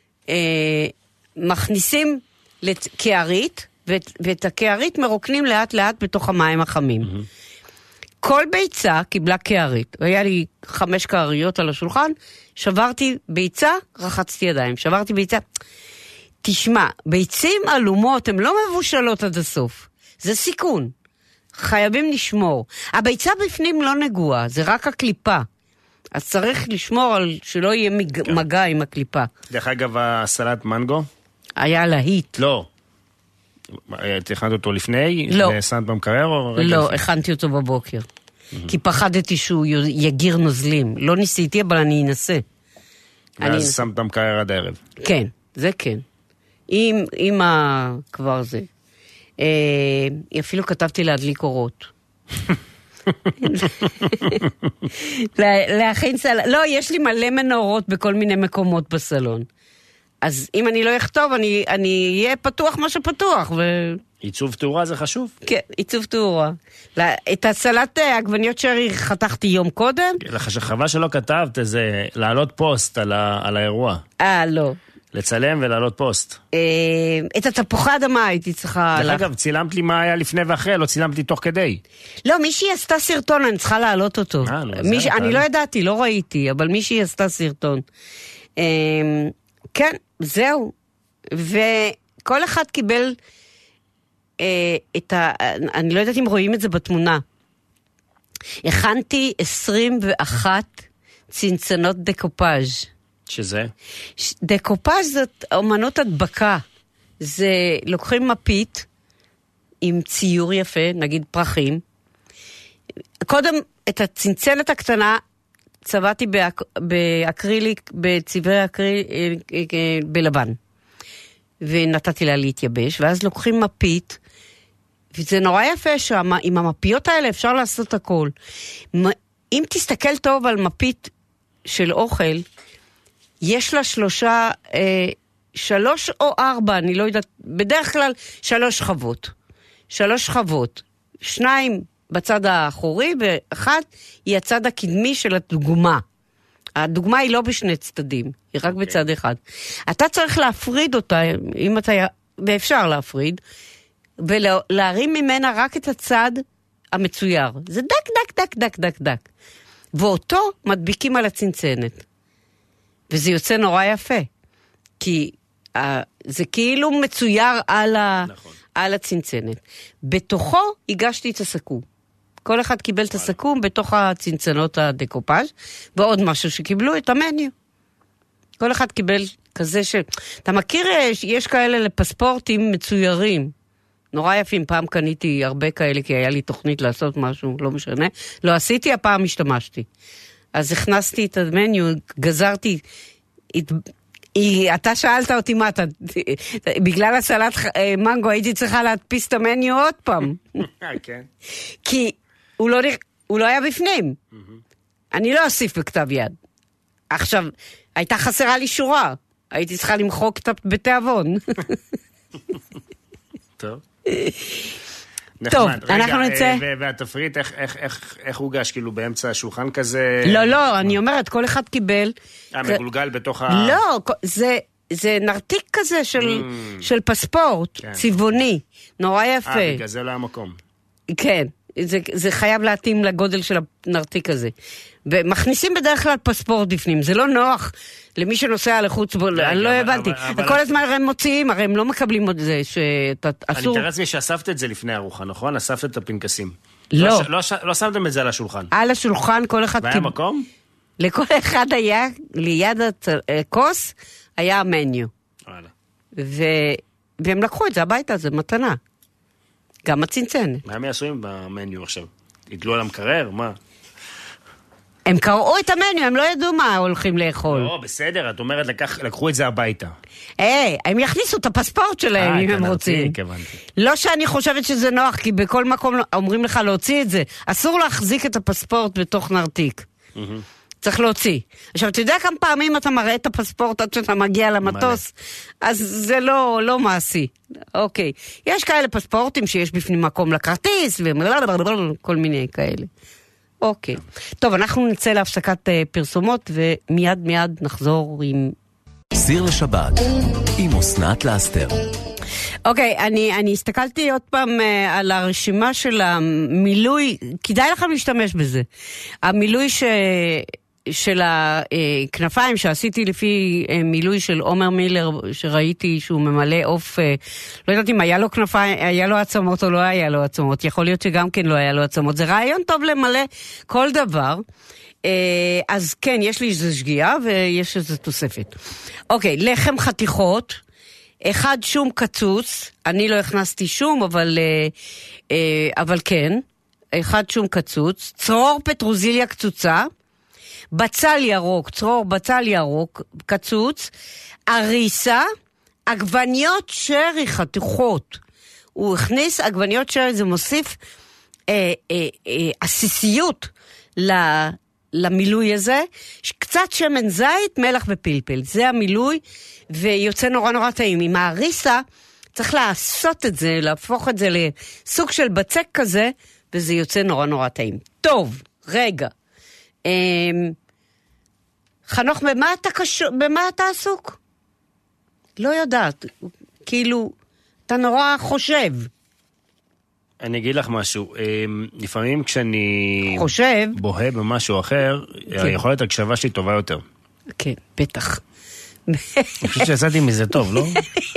Speaker 2: מכניסים לקערית, ואת הקערית מרוקנים לאט לאט בתוך המים החמים. כל ביצה קיבלה קערית. היה לי 5 קעריות על השולחן, שברתי ביצה, רחצתי ידיים. שברתי ביצה. תשמע, ביצים עלומות, הן לא מבושלות עד הסוף. זה סיכון. חייבים לשמור. הביצה בפנים לא נגועה, זה רק הקליפה. אז צריך לשמור על שלא יהיה מגע עם הקליפה.
Speaker 3: דרך אגב, הסלט מנגו?
Speaker 2: היה להיט.
Speaker 3: לא. הכנת אותו לפני?
Speaker 2: לא.
Speaker 3: שמת במקרר או רגע?
Speaker 2: לא, הכנתי אותו בבוקר. כי פחדתי שהוא יגיר נוזלים. לא ניסיתי, אבל אני אנסה.
Speaker 3: ואז שמת במקרר עד הערב.
Speaker 2: כן, זה כן. עם כבר זה. אפילו כתבתי להדליק אורות. להכין סלט. לא, יש לי מלא מנורות בכל מיני מקומות בסלון. אז אם אני לא אכתוב, אני אהיה פתוח מה שפתוח.
Speaker 3: עיצוב תאורה זה חשוב?
Speaker 2: כן, עיצוב תאורה. את הסלט עגבניות שרי חתכתי יום קודם.
Speaker 3: חבל שלא כתבת איזה לעלות פוסט על האירוע.
Speaker 2: לא.
Speaker 3: לצלם ולעלות פוסט.
Speaker 2: את התפוחי אדמה הייתי צריכה...
Speaker 3: דרך אגב, צילמת לי מה היה לפני ואחרי, לא צילמתי תוך כדי.
Speaker 2: לא, מישהי עשתה סרטון, אני צריכה להעלות אותו. אני לא ידעתי, לא ראיתי, אבל מישהי עשתה סרטון. כן, זהו. וכל אחד קיבל אני לא יודעת אם רואים את זה בתמונה. הכנתי 21 צנצנות דקופאז'.
Speaker 3: שזה?
Speaker 2: דקופאז' זאת אומנות הדבקה. זה לוקחים מפית עם ציור יפה, נגיד פרחים. קודם את הצנצנת הקטנה צבעתי באקריליק, בצבעי אקריליק בלבן. ונתתי לה להתייבש, ואז לוקחים מפית, וזה נורא יפה שם, עם המפיות האלה אפשר לעשות הכל. אם תסתכל טוב על מפית של אוכל, יש לה 3 או 4, אני לא יודעת, בדרך כלל 3 שכבות. 3 שכבות. 2 בצד האחורי, ואחת היא הצד הקדמי של הדוגמה. הדוגמה היא לא בשני צדדים, היא רק בצד אחד. אתה צריך להפריד אותה, אם אתה, ואפשר להפריד, ולהרים ממנה רק את הצד המצויר. זה דק, דק, דק, דק, דק, דק. ואותו מדביקים על הצנצנת. וזה יוצא נורא יפה. כי זה כאילו מצויר על הצנצנת. בתוכו הגשתי את הסכו"ם. כל אחד קיבל את הסכו"ם בתוך הצנצנות הדקופאז' ועוד משהו שקיבלו את המניו. כל אחד קיבל כזה אתה מכיר, יש כאלה לפספורטים מצוירים. נורא יפים, פעם קניתי הרבה כאלה, כי היה לי תוכנית לעשות משהו, לא משנה. לא עשיתי, הפעם השתמשתי. אז הכנסתי את המניו, גזרתי, אתה שאלת אותי מה, בגלל הסלט מנגו הייתי צריכה להדפיס את המניו עוד פעם.
Speaker 3: כן.
Speaker 2: כי הוא לא היה בפנים. אני לא אוסיף בכתב יד. עכשיו, הייתה חסרה לי שורה. הייתי צריכה למחוק את בתיאבון.
Speaker 3: טוב.
Speaker 2: טוב, אנחנו נצא.
Speaker 3: והתפריט, איך הוגש? כאילו באמצע השולחן כזה?
Speaker 2: לא, אני אומרת, כל אחד קיבל.
Speaker 3: מגולגל בתוך ה...
Speaker 2: לא, זה נרתיק כזה של פספורט, צבעוני, נורא יפה.
Speaker 3: בגלל זה לא המקום.
Speaker 2: כן, זה חייב להתאים לגודל של הנרתיק הזה. ומכניסים בדרך כלל פספורט בפנים, זה לא נוח למי שנוסע לחוץ, אני לא הבנתי. כל הזמן הם מוציאים, הרי הם לא מקבלים עוד זה,
Speaker 3: אני מתאר לעצמי שאספת את זה לפני ארוחה, נכון? אספת את הפנקסים.
Speaker 2: לא.
Speaker 3: לא שמתם את זה על השולחן.
Speaker 2: על השולחן כל אחד...
Speaker 3: והיה מקום?
Speaker 2: לכל אחד היה, ליד הכוס, היה המניו. והם לקחו את זה הביתה, זה מתנה. גם הצנצנת.
Speaker 3: מה הם יעשו עם במניו עכשיו? ידלו על המקרר? מה?
Speaker 2: הם קראו את המניו, הם לא ידעו מה הולכים לאכול.
Speaker 3: לא, בסדר, את אומרת, לקחו את זה הביתה.
Speaker 2: הם יכניסו את הפספורט שלהם אם הם רוצים. לא שאני חושבת שזה נוח, כי בכל מקום אומרים לך להוציא את זה. אסור להחזיק את הפספורט בתוך נרתיק. צריך להוציא. עכשיו, אתה יודע כמה פעמים אתה מראה את הפספורט עד שאתה מגיע למטוס? אז זה לא מעשי. אוקיי. יש כאלה פספורטים שיש בפנים מקום לכרטיס, וכל מיני כאלה. אוקיי. טוב, אנחנו נצא להפסקת פרסומות, ומיד נחזור עם...
Speaker 1: סיר לשבת, עם אסנת לאסתר.
Speaker 2: אוקיי, אני הסתכלתי עוד פעם על הרשימה של המילוי, כדאי לכם להשתמש בזה. המילוי של הכנפיים שעשיתי לפי מילוי של עומר מילר, שראיתי שהוא ממלא עוף, לא יודעת אם היה לו כנפיים, היה לו עצמות או לא היה לו עצמות, יכול להיות שגם כן לא היה לו עצמות, זה רעיון טוב למלא כל דבר, אז כן, יש לי איזו שגיאה ויש איזו תוספת. אוקיי, לחם חתיכות, אחד שום קצוץ, אני לא הכנסתי שום, אבל כן, אחד שום קצוץ, צרור פטרוזיליה קצוצה, בצל ירוק, צרור בצל ירוק, קצוץ, אריסה, עגבניות שרי חתיכות. הוא הכניס עגבניות שרי, זה מוסיף עסיסיות למילוי הזה, קצת שמן זית, מלח ופלפל. זה המילוי, ויוצא נורא טעים. עם האריסה, צריך לעשות את זה, להפוך את זה לסוג של בצק כזה, וזה יוצא נורא טעים. טוב, רגע. חנוך, במה אתה עסוק? לא יודעת. כאילו, אתה נורא חושב.
Speaker 3: אני אגיד לך משהו. לפעמים כשאני...
Speaker 2: חושב.
Speaker 3: בוהה במשהו אחר, היכולת הקשבה שלי טובה יותר.
Speaker 2: כן, בטח.
Speaker 3: אני חושב שיצאתי מזה טוב, לא?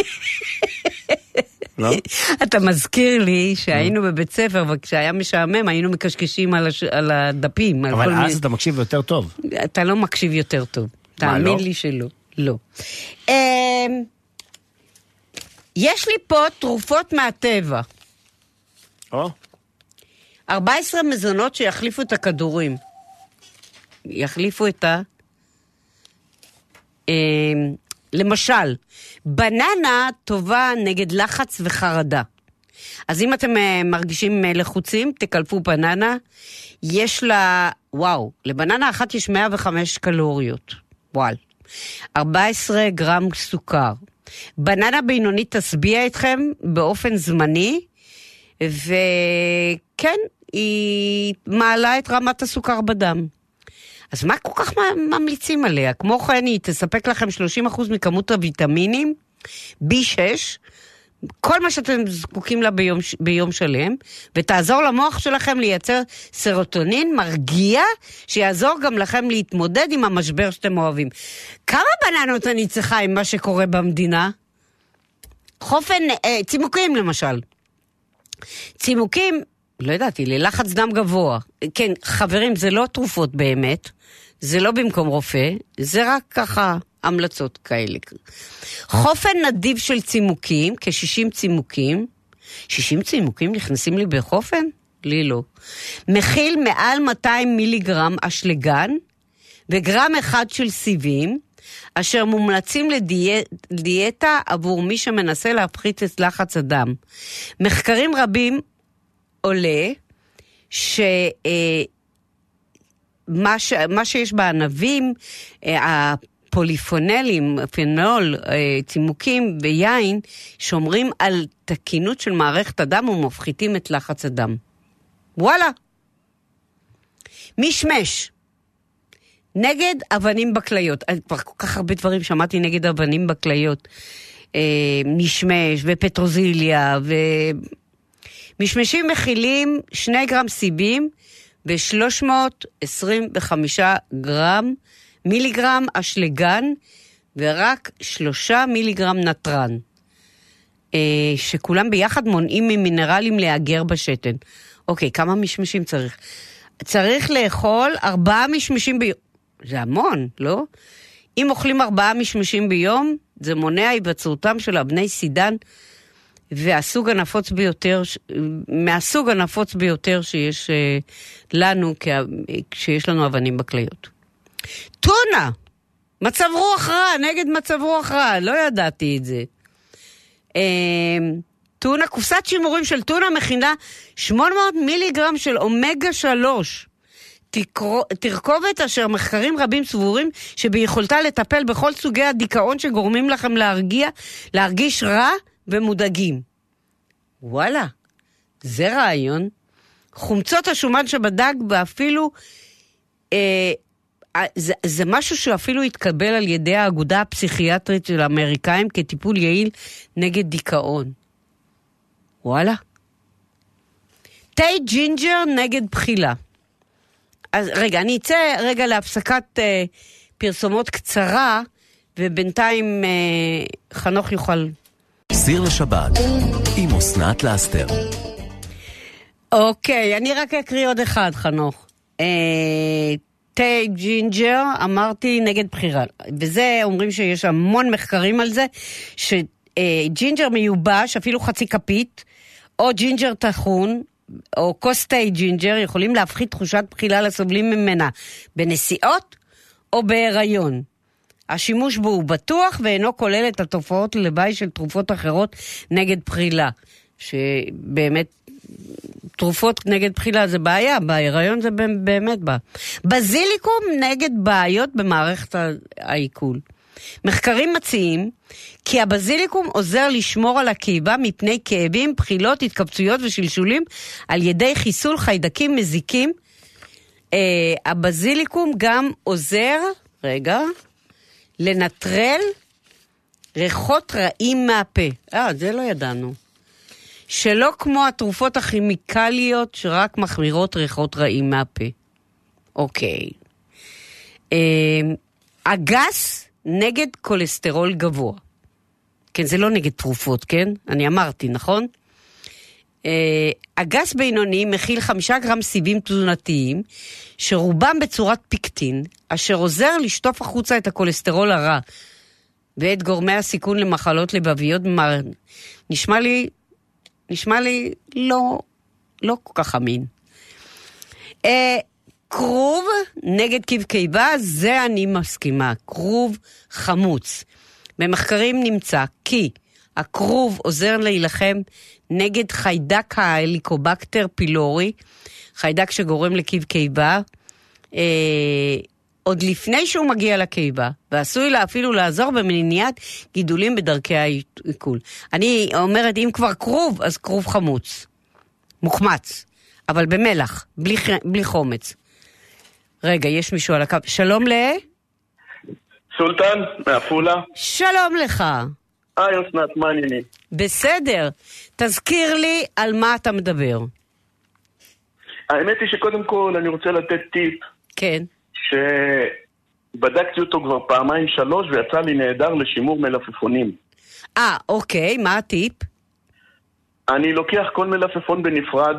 Speaker 3: לא?
Speaker 2: אתה מזכיר לי שהיינו בבית ספר, וכשהיה משעמם, היינו מקשקשים על הדפים.
Speaker 3: אבל אז אתה מקשיב יותר טוב.
Speaker 2: אתה לא מקשיב יותר טוב. תאמין לי שלא. לא. יש לי פה תרופות מהטבע. 14 מזונות שיחליפו את הכדורים. יחליפו את למשל, בננה טובה נגד לחץ וחרדה. אז אם אתם מרגישים לחוצים, תקלפו בננה. יש לה, לבננה אחת יש 105 קלוריות. 14 גרם סוכר. בננה בינונית תשביע אתכם באופן זמני, וכן, היא מעלה את רמת הסוכר בדם. אז מה כל כך ממליצים עליה? כמו כן, היא תספק לכם 30% מכמות הוויטמינים, B6, כל מה שאתם זקוקים לה ביום שלם, ותעזור למוח שלכם לייצר סרוטונין מרגיע, שיעזור גם לכם להתמודד עם המשבר שאתם אוהבים. כמה בננות אני צריכה עם מה שקורה במדינה? צימוקים למשל. צימוקים, לא ידעתי, ללחץ דם גבוה. כן, חברים, זה לא תרופות באמת, זה לא במקום רופא, זה רק ככה המלצות כאלה. חופן נדיב של צימוקים, כ-60 צימוקים, 60 צימוקים נכנסים לי בחופן? לי לא. מכיל מעל 200 מיליגרם אשלגן, וגרם אחד של סיבים, אשר מומלצים לדיאטה עבור מי שמנסה להפחית את לחץ הדם. מחקרים רבים עולה מה שיש בענבים, הפוליפונלים, פנול, צימוקים ויין, שומרים על תקינות של מערכת הדם ומפחיתים את לחץ הדם. וואלה. משמש. נגד אבנים בכליות. כבר כל כך הרבה דברים שמעתי נגד אבנים בכליות. משמש ופטרוזיליה משמשים מכילים 2 גרם סיבים ו-325 מיליגרם אשלגן ורק 3 מיליגרם נטרן. שכולם ביחד מונעים ממינרלים להיאגר בשתן. אוקיי, כמה משמשים צריך? צריך לאכול 4 משמשים ביום. זה המון, לא? אם אוכלים 4 משמשים ביום, זה מונע היווצרותם של אבני סידן, והסוג הנפוץ ביותר, מהסוג הנפוץ ביותר שיש לנו, כשיש לנו אבנים בכליות. טונה! מצב רוח רע, נגד מצב רוח רע, לא ידעתי את זה. טונה, קופסת שימורים של טונה מכינה 800 מיליגרם של אומגה 3. תרכובת אשר מחקרים רבים סבורים שביכולתה לטפל בכל סוגי הדיכאון שגורמים לכם להרגיש רע ומודאגים. וואלה, זה רעיון. חומצות השומן שבדג ואפילו, זה משהו שאפילו התקבל על ידי האגודה הפסיכיאטרית של האמריקאים כטיפול יעיל נגד דיכאון. וואלה. תה ג'ינג'ר נגד בחילה. אז רגע, אני אצא רגע להפסקת פרסומות קצרה, ובינתיים חנוך יוכל.
Speaker 1: סיר לשבת, עם אסנת לאסתר.
Speaker 2: אוקיי, אני רק אקריא עוד אחד, חנוך. תה ג'ינג'ר, אמרתי נגד בחירה. וזה אומרים שיש המון מחקרים על זה, שג'ינג'ר מיובש, אפילו חצי כפית, או ג'ינג'ר טחון, או כוס תה ג'ינג'ר, יכולים להפחית תחושת בחילה לסובלים ממנה בנסיעות או בהיריון. השימוש בו הוא בטוח ואינו כולל את התופעות לוואי של תרופות אחרות נגד בחילה. שבאמת תרופות נגד בחילה זה בעיה, בהיריון זה באמת בעיה. בזיליקום נגד בעיות במערכת העיכול. מחקרים מציעים כי הבזיליקום עוזר לשמור על הקיבה מפני כאבים, בחילות, התקבצויות ושלשולים על ידי חיסול חיידקים מזיקים. הבזיליקום גם עוזר, לנטרל ריחות רעים מהפה. זה לא ידענו. שלא כמו התרופות הכימיקליות שרק מחמירות ריחות רעים מהפה. אוקיי. אגס נגד קולסטרול גבוה. כן, זה לא נגד תרופות, כן? אני אמרתי, נכון? אגס בינוני מכיל 5 גרם סיבים תזונתיים, שרובם בצורת פיקטין, אשר עוזר לשטוף החוצה את הקולסטרול הרע, ואת גורמי הסיכון למחלות לבביות. נשמע לי לא כל כך אמין. קרוב נגד כאב קיבה, זה אני מסכימה, קרוב חמוץ. במחקרים נמצא כי הקרוב עוזר להילחם נגד חיידק ההליקובקטר פילורי, חיידק שגורם לכאב קיבה, עוד לפני שהוא מגיע לקיבה, ועשוי לה אפילו לעזור במניעת גידולים בדרכי העיכול. אני אומרת, אם כבר קרוב, אז קרוב חמוץ, מוחמץ, אבל במלח, בלי חומץ. רגע, יש מישהו על הקו. שלום
Speaker 6: סולטן, מעפולה.
Speaker 2: שלום לך.
Speaker 6: אסנת, מה העניינים?
Speaker 2: בסדר. תזכיר לי על מה אתה מדבר.
Speaker 6: האמת היא שקודם כל אני רוצה לתת טיפ.
Speaker 2: כן.
Speaker 6: שבדקתי אותו כבר 2-3 ויצא לי נהדר לשימור מלפפונים.
Speaker 2: אוקיי, מה הטיפ?
Speaker 6: אני לוקח כל מלפפון בנפרד,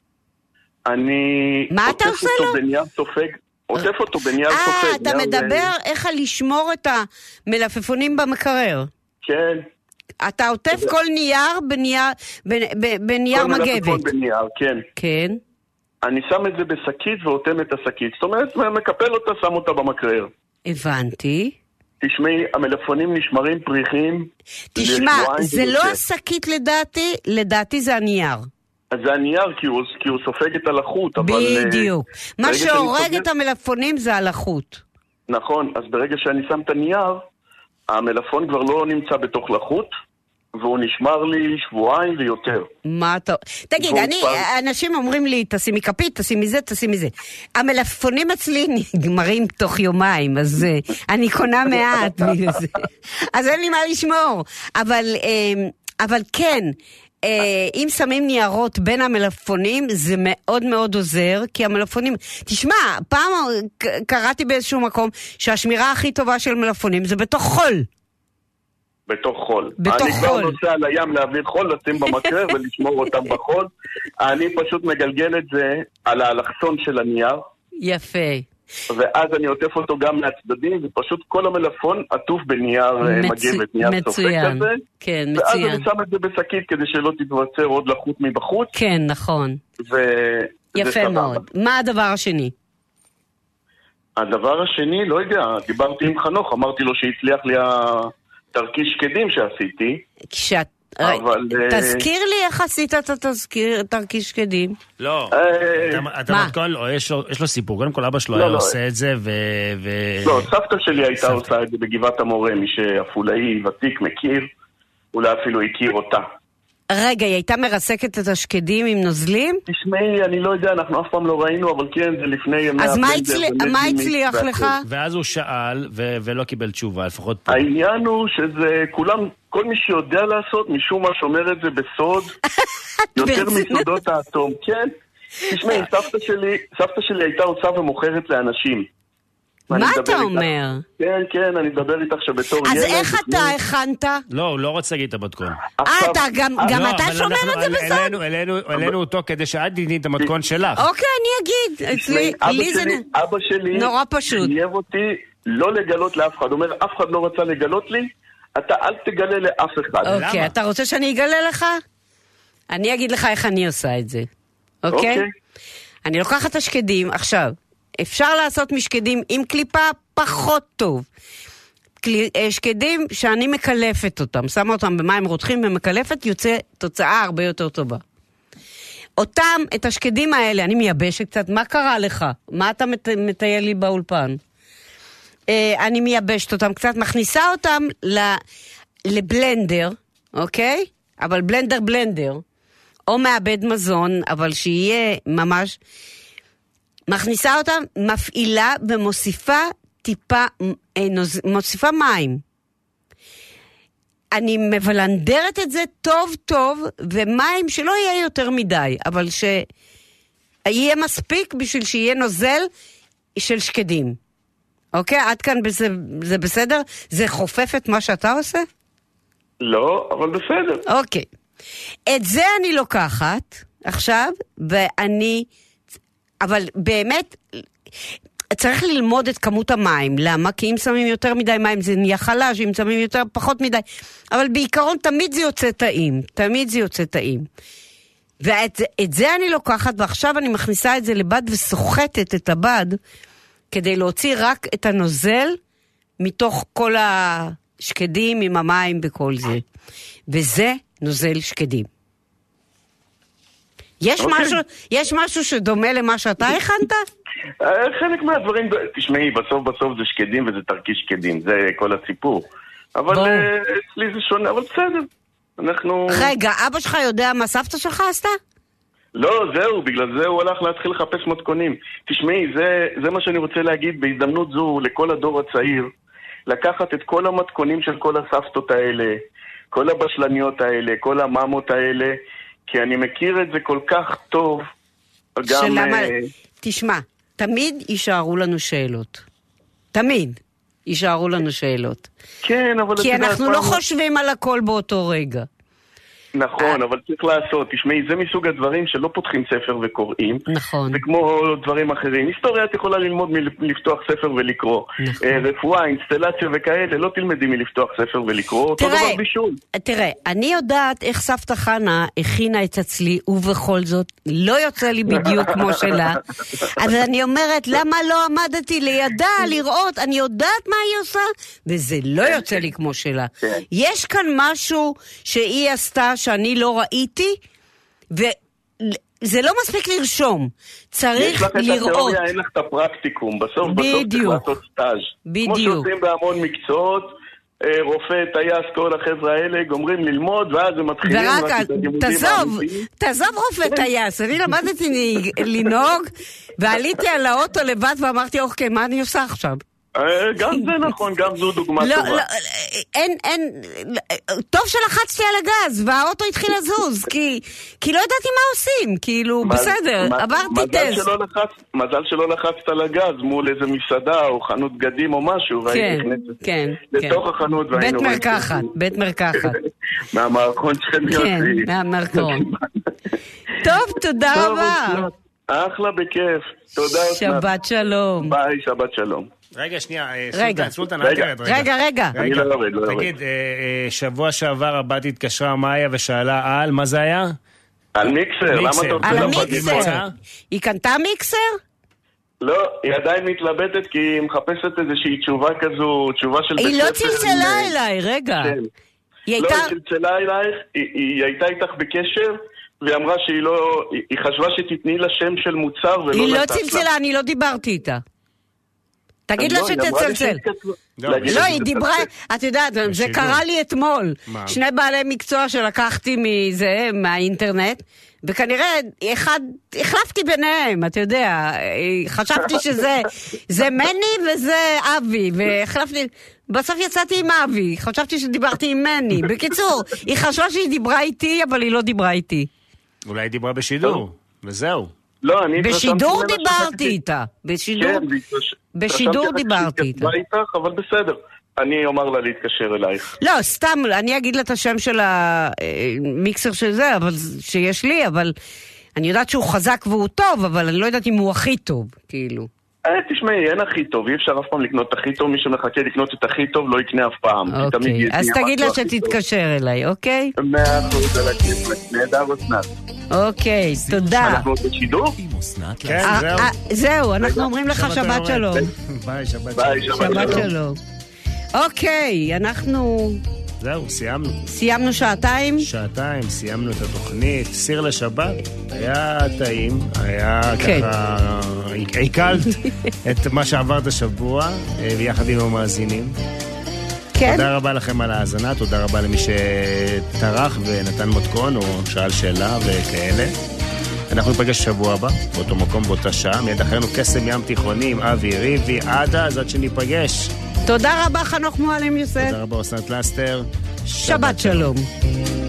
Speaker 6: אני
Speaker 2: מה אתה עושה לו?
Speaker 6: בנייר סופג, עוטף אותו בנייר סופג.
Speaker 2: אתה מדבר איך לשמור את המלפפונים במקרר.
Speaker 6: כן.
Speaker 2: אתה עוטף כל נייר בנייר מגבת.
Speaker 6: כל מלפפון בנייר, כן.
Speaker 2: כן.
Speaker 6: אני שם את זה בשקית ועוטם את השקית. זאת אומרת, מקפל אותה, שם אותה במקרר.
Speaker 2: הבנתי.
Speaker 6: תשמעי, המלפפונים נשמרים פריחים.
Speaker 2: תשמע, זה לא השקית לדעתי זה הנייר.
Speaker 6: אז זה הנייר, כי הוא סופג את הלחות, אבל...
Speaker 2: בדיוק. מה שהורג את המלפפונים זה הלחות.
Speaker 6: נכון, אז ברגע שאני שם את הנייר, המלפפון כבר לא נמצא בתוך לחות, והוא נשמר לי שבועיים ויותר.
Speaker 2: מה אתה... תגיד, אנשים אומרים לי, תשימי כפית, תשימי זה, תשימי זה. המלפפונים אצלי נגמרים תוך יומיים, אז אני קונה מעט בגלל זה. אז אין לי מה לשמור. אבל כן, אם שמים ניירות בין המלפפונים, זה מאוד מאוד עוזר, כי המלפפונים... תשמע, פעם קראתי באיזשהו מקום שהשמירה הכי טובה של מלפפונים זה בתוך חול.
Speaker 6: בתוך חול. אני כבר נוסע על הים להעביר חול, לשים במקרר ולשמור אותם בחול. אני פשוט מגלגל את זה על האלכסון של הנייר.
Speaker 2: יפה.
Speaker 6: ואז אני עוטף אותו גם מהצדדים, ופשוט כל המלפפון עטוף בנייר מגבת, נייר סופק כזה.
Speaker 2: כן, מצוין.
Speaker 6: ואז אני שם את זה בשקית כדי שלא תתווצר עוד לחות מבחוץ.
Speaker 2: כן, נכון. יפה מאוד. מה הדבר השני?
Speaker 6: הדבר השני, לא יודע, דיברתי עם חנוך, אמרתי לו שהצליח לי תרקיש שקדים שעשיתי.
Speaker 2: תזכיר לי איך עשית את תרקיש שקדים.
Speaker 3: לא, אתה מתכון לו, יש לו סיפור. קודם כל אבא שלו היה עושה את זה
Speaker 6: לא, סבתא שלי הייתה עושה את זה בגבעת המורה, מי שאפולאי ותיק מכיר, אולי אפילו הכיר אותה.
Speaker 2: רגע, היא הייתה מרסקת את השקדים עם נוזלים?
Speaker 6: תשמעי, אני לא יודע, אנחנו אף פעם לא ראינו, אבל כן, זה לפני ימי...
Speaker 2: אז מה הצליח לך?
Speaker 3: ואז הוא שאל ולא קיבל תשובה, לפחות פה.
Speaker 6: העניין הוא שזה כולם, כל מי שיודע לעשות, משום מה שומר את זה בסוד, יותר מסודות האטום. כן, תשמעי, סבתא שלי הייתה עושה ומוכרת לאנשים.
Speaker 2: מה אתה אומר?
Speaker 6: כן, כן, אני מדבר איתך שבתור ילד...
Speaker 2: אז איך אתה הכנת?
Speaker 3: לא, הוא לא רוצה להגיד את המתכון.
Speaker 2: גם אתה שומר את זה בסוד?
Speaker 3: העלינו אותו כדי שאת תתני את המתכון שלך.
Speaker 2: אוקיי, אני אגיד.
Speaker 6: אבא שלי
Speaker 2: נורא פשוט.
Speaker 6: חייב אותי לא לגלות לאף אחד. אומר, אף אחד לא רצה לגלות לי, אתה אל תגלה לאף אחד.
Speaker 2: אוקיי, אתה רוצה שאני אגלה לך? אני אגיד לך איך אני עושה את זה. אוקיי? אני לוקחת את השקדים, עכשיו... אפשר לעשות משקדים עם קליפה פחות טוב. שקדים שאני מקלפת אותם, שמה אותם במים רותחים ומקלפת, יוצא תוצאה הרבה יותר טובה. אותם, את השקדים האלה, אני מייבשת קצת, מה קרה לך? מה אתה מטייל לי באולפן? אני מייבשת אותם קצת, מכניסה אותם לבלנדר, אוקיי? אבל בלנדר, או מעבד מזון, אבל שיהיה ממש... מכניסה אותם, מפעילה ומוסיפה מוסיפה מים. אני מבלנדרת את זה טוב טוב, ומים שלא יהיה יותר מדי, אבל שיהיה מספיק בשביל שיהיה נוזל של שקדים. אוקיי? עד כאן זה בסדר? זה חופף את מה שאתה עושה?
Speaker 6: לא, אבל בסדר.
Speaker 2: אוקיי. את זה אני לוקחת עכשיו, אבל באמת, צריך ללמוד את כמות המים. למה? כי אם שמים יותר מדי מים, זה נהיה חלש, אם שמים יותר פחות מדי. אבל בעיקרון, תמיד זה יוצא טעים. תמיד זה יוצא טעים. ואת זה אני לוקחת, ועכשיו אני מכניסה את זה לבד וסוחטת את הבד, כדי להוציא רק את הנוזל, מתוך כל השקדים עם המים וכל זה. וזה נוזל שקדים. יש משהו שדומה למה שאתה הכנת?
Speaker 6: חלק מהדברים, תשמעי, בסוף זה שקדים וזה תרקיש שקדים, זה כל הסיפור. אבל אצלי זה שונה, אבל בסדר.
Speaker 2: רגע, אבא שלך יודע מה סבתא שלך עשתה?
Speaker 6: לא, זהו, בגלל זה הוא הלך להתחיל לחפש מתכונים. תשמעי, זה מה שאני רוצה להגיד בהזדמנות זו לכל הדור הצעיר, לקחת את כל המתכונים של כל הסבתות האלה, כל הבשלניות האלה, כל המאמות האלה, כי אני מכיר את זה כל כך טוב.
Speaker 2: תשמע, תמיד יישארו לנו שאלות. תמיד. יישארו לנו שאלות.
Speaker 6: כן, אבל...
Speaker 2: כי אנחנו לא חושבים על הכל באותו רגע.
Speaker 6: נכון, אבל צריך לעשות. תשמעי, זה מסוג הדברים שלא פותחים ספר וקוראים.
Speaker 2: נכון.
Speaker 6: זה כמו דברים אחרים. היסטוריה את יכולה ללמוד מלפתוח ספר ולקרוא. נכון. רפואה, אינסטלציה וכאלה, לא תלמדי מלפתוח ספר ולקרוא. אותו דבר בישול.
Speaker 2: תראה, אני יודעת איך סבתא חנה הכינה את אצלי, ובכל זאת לא יוצא לי בדיוק כמו שלה. אז אני אומרת, למה לא עמדתי לידה לראות? אני יודעת מה היא עושה, וזה לא יוצא לי כמו שלה. יש כאן משהו שהיא עשתה שאני לא ראיתי, וזה לא מספיק לרשום. צריך לראות. יש לך את התיאוריה,
Speaker 6: אין לך את הפרקטיקום. בסוף צריך לעשות סטאז'. כמו שעושים בהמון מקצועות, רופא, טייס, כל החבר'ה האלה גומרים ללמוד, ואז הם מתחילים...
Speaker 2: ורק, תעזוב רופא טייס. אני למדתי לנהוג, ועליתי על האוטו לבד ואמרתי, אוקיי, מה אני עושה עכשיו?
Speaker 6: גם זה נכון, גם זו דוגמה טובה. לא,
Speaker 2: טוב שלחצתי על הגז, והאוטו התחיל לזוז, כי לא ידעתי מה עושים, כאילו, בסדר, עברתי טסט.
Speaker 6: מזל שלא לחצת על הגז מול איזה מסעדה או חנות בגדים או משהו,
Speaker 2: כן, כן.
Speaker 6: לתוך החנות והיינו...
Speaker 2: בית מרקחת.
Speaker 6: מהמערכון של יוצאים.
Speaker 2: כן, מהמערכון. טוב, תודה רבה.
Speaker 6: אחלה, בכיף. תודה.
Speaker 2: שבת שלום.
Speaker 6: ביי, שבת שלום.
Speaker 3: רגע, שנייה, סולטן,
Speaker 2: רגע.
Speaker 6: אני לא יורד.
Speaker 3: תגיד, שבוע שעבר הבת התקשרה מאיה ושאלה על, מה זה היה?
Speaker 6: על מיקסר, למה אתה רוצה
Speaker 2: על המיקסר. היא קנתה מיקסר?
Speaker 6: לא, היא עדיין מתלבטת כי היא מחפשת איזושהי תשובה כזו, תשובה של...
Speaker 2: היא לא צלצלה אליי, רגע.
Speaker 6: לא, היא צלצלה אלייך, היא הייתה איתך בקשר, והיא אמרה שהיא לא... היא חשבה שתתני לה שם של מוצר ולא...
Speaker 2: היא לא צלצלה, אני לא דיברתי איתה. תגיד לה שתצלצל. לא, היא דיברה, את יודעת, זה קרה לי אתמול. שני בעלי מקצוע שלקחתי מהאינטרנט, וכנראה החלפתי ביניהם, אתה יודע, חשבתי שזה מני וזה אבי, והחלפתי, בסוף יצאתי עם אבי, חשבתי שדיברתי עם מני. בקיצור, היא חשבה שהיא דיברה איתי, אבל היא לא דיברה איתי.
Speaker 3: אולי היא דיברה בשידור, וזהו.
Speaker 2: בשידור דיברתי איתה. בשידור דיברתי איתה.
Speaker 6: אבל בסדר. אני אומר לה להתקשר אלייך.
Speaker 2: לא, סתם, אני אגיד לה את השם של המיקסר של זה, אבל שיש לי, אבל אני יודעת שהוא חזק והוא טוב, אבל אני לא יודעת אם הוא הכי טוב, כאילו.
Speaker 6: תשמעי, אין הכי טוב, אי אפשר אף פעם לקנות את הכי טוב, מי שמחכה לקנות את הכי טוב לא יקנה אף פעם.
Speaker 2: אוקיי, אז תגיד לה שתתקשר אליי, אוקיי?
Speaker 6: 100% על הכיף, נהדר אסנת.
Speaker 2: אוקיי, תודה.
Speaker 6: אנחנו בשידור?
Speaker 3: כן,
Speaker 2: זהו, אנחנו אומרים לך שבת שלום.
Speaker 3: ביי,
Speaker 2: שבת שלום. אוקיי, אנחנו...
Speaker 3: זהו, סיימנו.
Speaker 2: סיימנו שעתיים?
Speaker 3: שעתיים, סיימנו את התוכנית. סיר לשבת, היה טעים, היה ככה... עיקלת את מה שעברת השבוע, ביחד עם המאזינים.
Speaker 2: כן.
Speaker 3: תודה רבה לכם על ההאזנה, תודה רבה למי שטרח ונתן מתכון או שאל שאלה וכאלה. אנחנו נפגש שבוע הבא, באותו מקום, באותה שעה. מיד אחרינו קסם ים תיכוני עם אבי ריבי, עד אז שניפגש.
Speaker 2: תודה רבה חנוך מועלם יוסף.
Speaker 3: תודה רבה אסנת לסטר.
Speaker 2: שבת שלום.